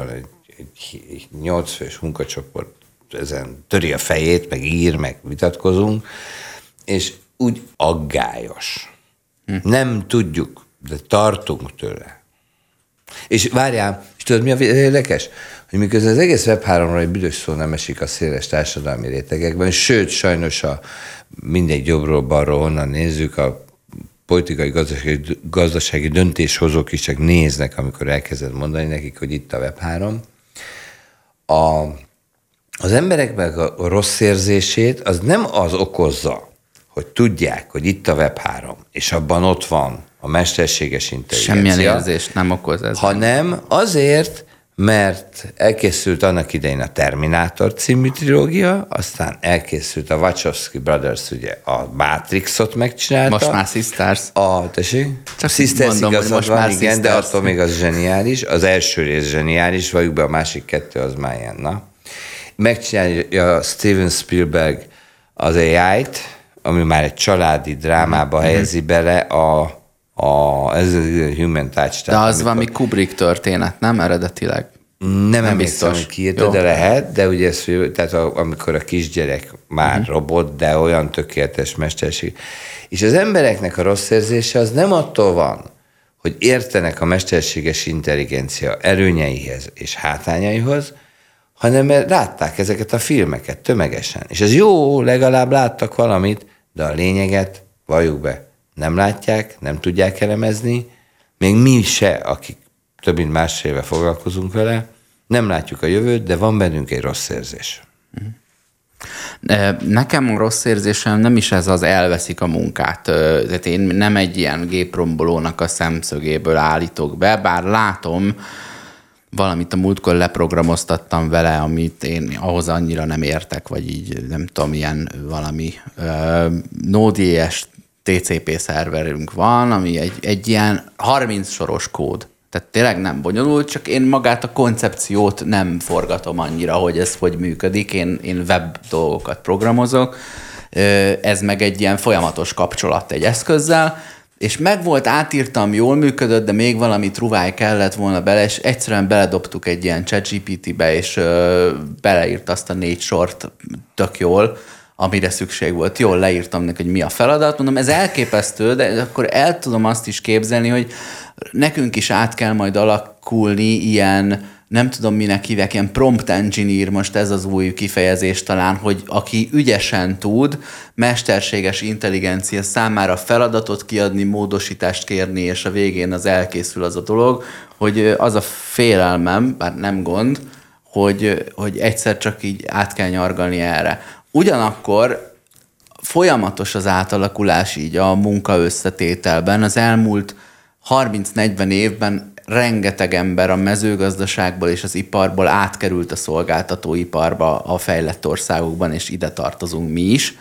8 fős munkacsoport ezen töri a fejét, meg ír, meg vitatkozunk, és úgy aggályos. Nem tudjuk, de tartunk tőle. És várjál, és tudod, mi a érdekes? Hogy miközben az egész Web3-ról egy büdös szó nem esik a széles társadalmi rétegekben, sőt, sajnos mindegy jobbról-balról honnan nézzük, a politikai, gazdasági döntéshozók is csak néznek, amikor elkezded mondani nekik, hogy itt a Web3. Az embereknek a rossz érzését az nem az okozza, hogy tudják, hogy itt a Web3, és abban ott van a mesterséges intelligencia. Semmilyen érzést nem okoz ez. Hanem azért, mert elkészült annak idején a Terminátor című trilógia, aztán elkészült a Wachowski Brothers, ugye a Matrixot megcsinálta. Most már Sisters. Tessék? Csak Sisters mondom, igazad most van, már igen, Sisters. de attól még az zseniális. Az első rész zseniális, valljuk be, a másik kettő az már ilyen, na. Megcsinálja Steven Spielberg az AI-t, ami már egy családi drámába helyezi bele ez a Human Touch. De az valami Kubrick történet, nem eredetileg? Nem emlékszem, hogy ki írta, de lehet, de ugye ez, tehát amikor a kisgyerek már robot, de olyan tökéletes mesterség. És az embereknek a rossz érzése az nem attól van, hogy értenek a mesterséges intelligencia előnyeihez és hátrányaihoz, hanem mert látták ezeket a filmeket tömegesen. És ez jó, legalább láttak valamit, de a lényeget, valljuk be, nem látják, nem tudják elemezni, még mi se, akik több mint másfél éve foglalkozunk vele, nem látjuk a jövőt, de van bennünk egy rossz érzés. Nekem a rossz érzésem nem is ez az elveszik a munkát. Tehát én nem egy ilyen géprombolónak a szemszögéből állítok be, bár látom, valamit a múltkor leprogramoztattam vele, amit én ahhoz annyira nem értek, vagy így nem tudom, ilyen valami Node.js TCP szerverünk van, ami egy ilyen 30 soros kód. Tehát tényleg nem bonyolult, csak én magát a koncepciót nem forgatom annyira, hogy ez hogy működik. Én web dolgokat programozok, ez meg egy ilyen folyamatos kapcsolat egy eszközzel, és megvolt, átírtam, jól működött, de még valami truváj kellett volna bele, és egyszerűen beledobtuk egy ilyen ChatGPT-be, és beleírt azt a 4 sort tök jól, amire szükség volt. Jól leírtam neki, hogy mi a feladat. Mondom, ez elképesztő, de akkor el tudom azt is képzelni, hogy nekünk is át kell majd alakulni ilyen, nem tudom minek hívják, ilyen prompt engineer, most ez az új kifejezés talán, hogy aki ügyesen tud mesterséges intelligencia számára feladatot kiadni, módosítást kérni, és a végén az elkészül az a dolog, hogy az a félelmem, bár nem gond, hogy egyszer csak így át kell nyargalni erre. Ugyanakkor folyamatos az átalakulás így a munka összetételben. Az elmúlt 30-40 évben rengeteg ember a mezőgazdaságból és az iparból átkerült a szolgáltatóiparba a fejlett országokban, és ide tartozunk mi is.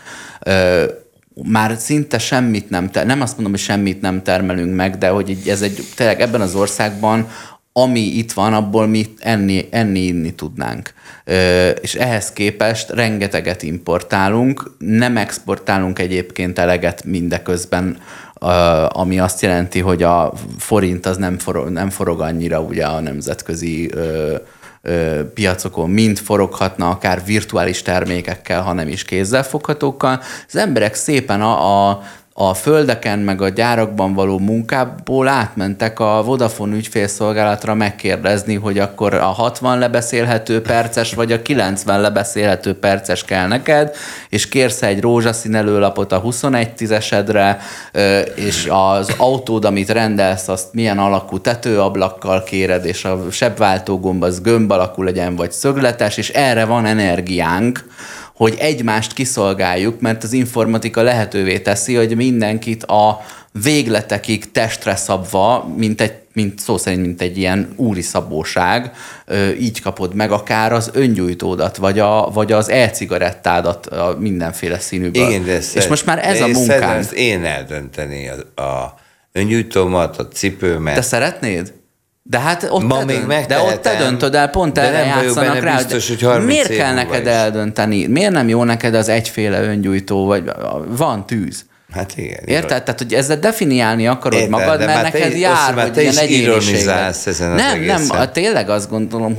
Már szinte semmit nem azt mondom, hogy semmit nem termelünk meg, de hogy ez tényleg ebben az országban, ami itt van, abból mi inni tudnánk. És ehhez képest rengeteget importálunk, nem exportálunk egyébként eleget mindeközben, ami azt jelenti, hogy a forint az nem forog annyira ugye a nemzetközi piacokon, mint foroghatna akár virtuális termékekkel, hanem is kézzelfoghatókkal. Az emberek szépen a földeken meg a gyárakban való munkából átmentek a Vodafone ügyfélszolgálatra megkérdezni, hogy akkor a 60 lebeszélhető perces vagy a 90 lebeszélhető perces kell neked, és kérsz egy rózsaszín előlapot a 21 tízesedre, és az autód, amit rendelsz, azt milyen alakú tetőablakkal kéred, és a sebváltógomb az gömb alakú legyen, vagy szögletes, és erre van energiánk, hogy egymást kiszolgáljuk, mert az informatika lehetővé teszi, hogy mindenkit a végletekig testre szabva, mint szó szerint, mint egy ilyen úri szabóság, így kapod meg akár az öngyújtódat, vagy az e-cigarettádat a mindenféle színűből. Igen, és most már ez a munkánk. Ezt én eldönteni a öngyújtómat, a cipőmet. Te szeretnéd? De hát ott ott te döntöd el, pont erre játszanak rá, biztos, hogy miért kell neked eldönteni? Miért nem jó neked az egyféle öngyújtó, vagy van tűz? Hát igen. Érted? Tehát, hogy ezzel definiálni akarod magad, mert neked jár, hogy ilyen egyéniség. Nem, tényleg azt gondolom,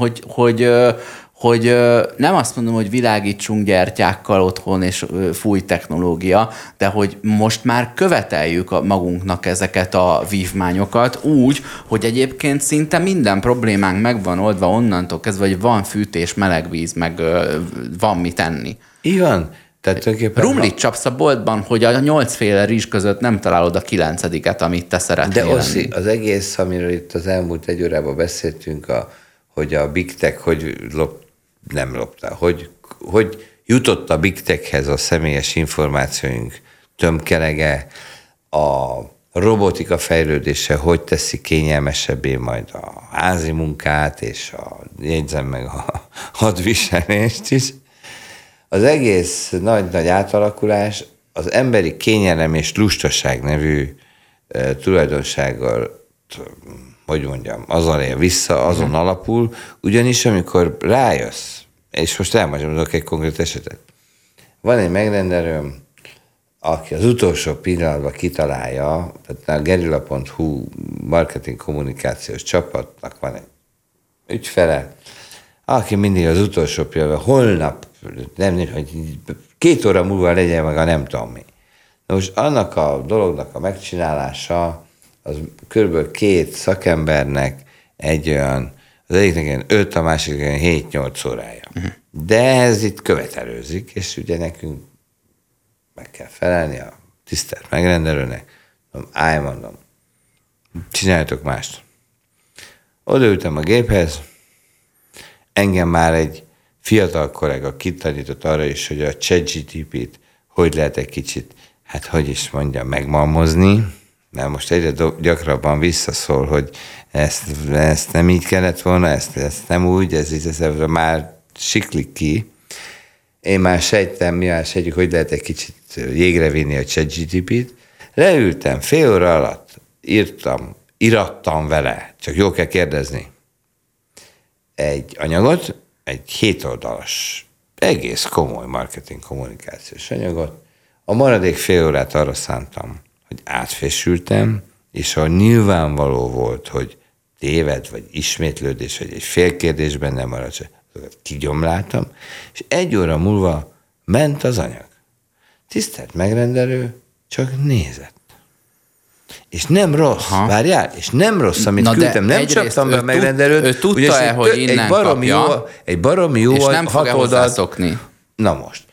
hogy nem azt mondom, hogy világítsunk gyertyákkal otthon, és fúj technológia, de hogy most már követeljük magunknak ezeket a vívmányokat úgy, hogy egyébként szinte minden problémánk meg van oldva onnantól kezdve, hogy van fűtés, meleg víz, meg van mit enni. Így van. Rumlit csapsz a boltban, hogy a 8 féle rizs között nem találod a 9-et, amit te szeretnél. De Oszi, az egész, amiről itt az elmúlt egy órában beszéltünk, hogy a Big Tech nem lopta, hogy jutott a Big Techhez a személyes információink tömkelege, a robotika fejlődése, hogy teszi kényelmesebbé majd a házi munkát, és jegyzem meg a hadviselést is. Az egész nagy átalakulás az emberi kényelem és lustaság nevű tulajdonsággal, hogy mondjam, azon alapul, ugyanis amikor rájössz, és most elmondok egy konkrét esetet. Van egy megrendelőm, aki az utolsó pillanatban kitalálja, tehát a gerilla.hu marketing kommunikációs csapatnak van egy ügyfele, aki mindig az utolsó pillanatban, holnap, hogy 2 óra múlva legyen meg a nem tudom mi. Na most annak a dolognak a megcsinálása, az kb. 2 szakembernek egy olyan, az egyiknek ilyen 5, a másiknak ilyen 7-8 órája. Uh-huh. De ez itt követelőzik, és ugye nekünk meg kell felelni a tisztelt megrendelőnek. Mondom, csináljatok mást. Odaültem a géphez, engem már egy fiatal kollega kitanított arra is, hogy a ChatGPT-t hogy lehet egy kicsit, hát hogy is mondjam, megmalmozni, mert most egyre gyakrabban visszaszól, hogy ezt nem így kellett volna, ezt nem úgy, ez már siklik ki. Én már sejtjük, hogy lehet egy kicsit jégre vinni a ChatGPT-t. Leültem, fél óra alatt írattam vele, csak jól kell kérdezni, egy anyagot, egy 7 oldalas, egész komoly marketing kommunikációs anyagot. A maradék fél órát arra szántam, hogy átfésültem, és ha nyilvánvaló volt, hogy téved, vagy ismétlődés, vagy egy fél kérdésben nem maradt, kigyomláltam, és 1 óra múlva ment az anyag. Tisztelt megrendelő, csak nézett. És nem rossz, várjál, és nem rossz, amit küldtem, nem csaptam be a megrendelőt. Ő tudta-e, hogy innen kapja, egy baromi jó, és nem fog hozzászokni. Na most.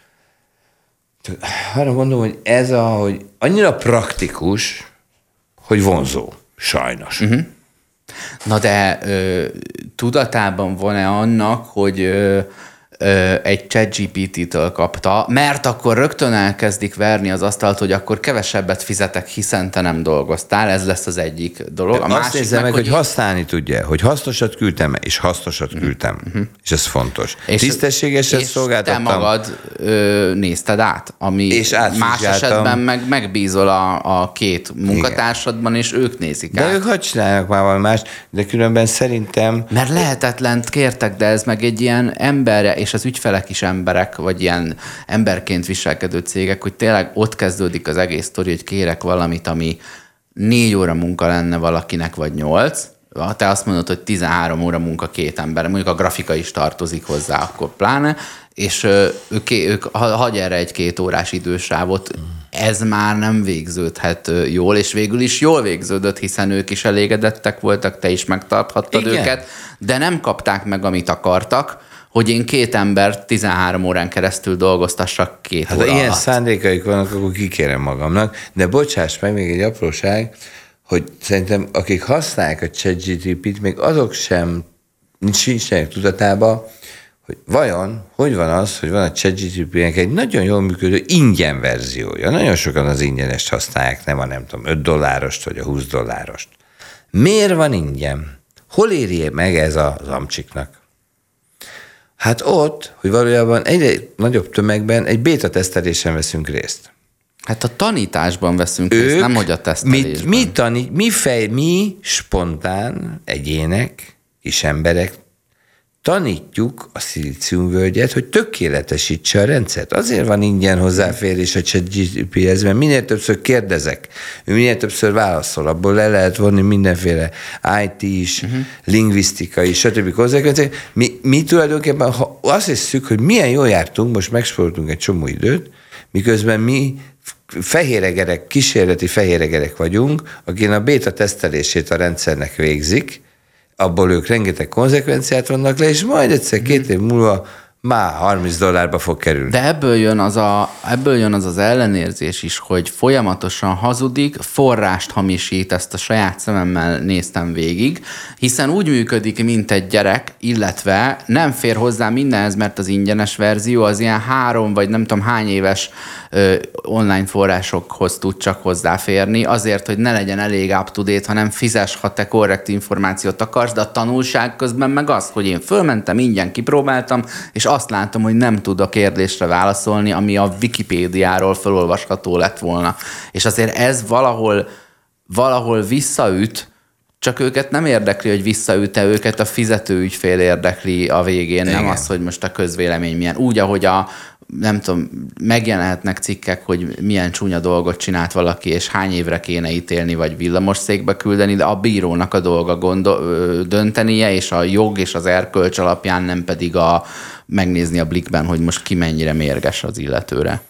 Arra mondom, hogy hogy annyira praktikus, hogy vonzó. Sajnos. Uh-huh. Na de tudatában van-e annak, hogy egy ChatGPT-től kapta, mert akkor rögtön elkezdik verni az asztalt, hogy akkor kevesebbet fizetek, hiszen te nem dolgoztál, ez lesz az egyik dolog. Azt nézze meg, hogy használni tudja, hogy hasznosat küldtem, és hasznosat küldtem. És ez fontos. Tisztességesen szolgáltattam. És te magad nézted át, ami és más esetben megbízol a 2 munkatársadban, és ők nézik át. De ők hadd csinálnak már valami más, de különben szerintem... Mert lehetetlent kértek, de ez meg egy ilyen emberre, és az ügyfelek is emberek, vagy ilyen emberként viselkedő cégek, hogy tényleg ott kezdődik az egész sztori, hogy kérek valamit, ami 4 óra munka lenne valakinek, vagy 8. Te azt mondod, hogy 13 óra munka 2 ember, mondjuk a grafika is tartozik hozzá, akkor pláne, és ők hagy erre egy 2 órás idősávot. ez már nem végződhet jól, és végül is jól végződött, hiszen ők is elégedettek voltak, te is megtarthattad őket, de nem kapták meg, amit akartak, hogy én 2 embert 13 órán keresztül dolgoztassak 2 óra alatt. Ha ilyen szándékaik vannak, akkor kikérem magamnak, de bocsáss meg, még egy apróság, hogy szerintem akik használják a ChatGPT-t, még azok sem nincsenek tudatában, hogy vajon, hogy van az, hogy van a ChatGPT-nek egy nagyon jól működő ingyen verziója. Nagyon sokan az ingyenest használják, nem a nem tudom, $5 vagy a $20. Miért van ingyen? Hol éri meg ez az amcsiknak? Hát ott, hogy valójában egyre nagyobb tömegben egy béta tesztelésen veszünk részt. Hát a tanításban veszünk részt, nem hogy a tesztelésben. Mi spontán egyének és emberek tanítjuk a szilíciumvölgyet, hogy tökéletesítse a rendszert. Azért van ingyen hozzáférés a ChatGPT-hez, mert minél többször kérdezek, ő minél többször válaszol, abból le lehet vonni mindenféle IT-s, lingvisztikai, stb. Konzekvenciák. Mi tulajdonképpen azt hiszük, hogy milyen jól jártunk, most megspóroltunk egy csomó időt, miközben mi fehéregerek, kísérleti fehéregerek vagyunk, akin a béta tesztelését a rendszernek végzik, abból ők rengeteg konzekvenciát vannak le, és majd egyszer 2 év múlva már $30 fog kerülni. De ebből jön az ellenérzés is, hogy folyamatosan hazudik, forrást hamisít, ezt a saját szememmel néztem végig, hiszen úgy működik, mint egy gyerek, illetve nem fér hozzá mindenhez, mert az ingyenes verzió az ilyen 3 vagy nem tudom hány éves online forrásokhoz tud csak hozzáférni, azért, hogy ne legyen elég up-to-date, hanem fizess, ha te korrekt információt akarsz, de a tanulság közben meg az, hogy én fölmentem, ingyen kipróbáltam, és azt látom, hogy nem tud a kérdésre válaszolni, ami a Wikipédiáról felolvasható lett volna. És azért ez valahol visszaüt, csak őket nem érdekli, hogy visszaüt-e, őket a fizető ügyfél érdekli a végén, igen. Nem az, hogy most a közvélemény milyen. Úgy, ahogy nem tudom, megjelenhetnek cikkek, hogy milyen csúnya dolgot csinált valaki, és hány évre kéne ítélni, vagy villamosszékbe küldeni, de a bírónak a dolga döntenie, és a jog és az erkölcs alapján, nem pedig megnézni a Blikkben, hogy most ki mennyire mérges az illetőre.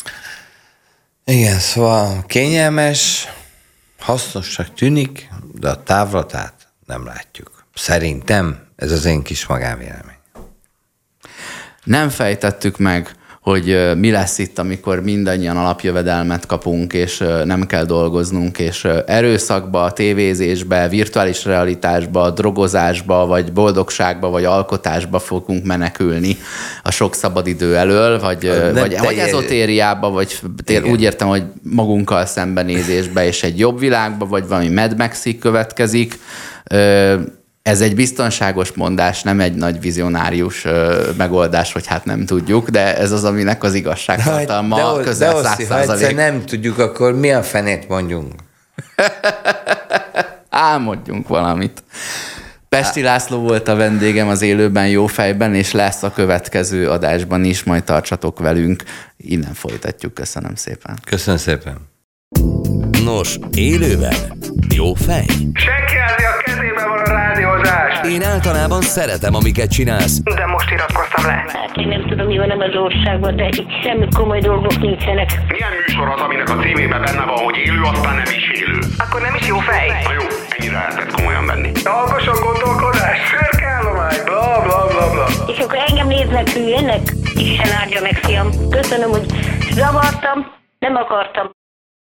Igen, szóval kényelmes, hasznosnak tűnik, de a távlatát nem látjuk. Szerintem ez az én kis magánvélemény. Nem fejtettük meg, hogy mi lesz itt, amikor mindannyian alapjövedelmet kapunk, és nem kell dolgoznunk, és erőszakba, tévézésbe, virtuális realitásba, drogozásba, vagy boldogságba, vagy alkotásba fogunk menekülni a sok szabadidő elől, vagy ezotériába, vagy úgy értem, hogy magunkkal szembenézésbe, és egy jobb világba, vagy valami Mad Max-ig következik. Ez egy biztonságos mondás, nem egy nagy vizionárius megoldás, hogy hát nem tudjuk, de ez az, aminek az igazságtartalma közel 100%. Ha egyszer nem tudjuk, akkor mi a fenét mondjunk? Álmodjunk valamit. Pesti László volt a vendégem az Élőben Jófejben, és lesz a következő adásban is, majd tartsatok velünk. Innen folytatjuk. Köszönöm szépen. Köszönöm szépen. Nos, élőben jó fej? Senki a kezében van a rádiózás. Én általában szeretem, amiket csinálsz. De most iratkoztam le. Hát én nem tudom, mi van ebben az országban, de itt semmi komoly dolgok nincsenek. Milyen műsor az, aminek a címében benne van, hogy élő, aztán nem is élő? Akkor nem is jó fej. Na jó, ennyire lehetett komolyan venni. Alkosan gondolkodás, szürkállomány, bla bla bla bla. És akkor engem néznek hülyének? Isten áldja meg, fiam. Köszönöm, hogy zavartam, nem akartam.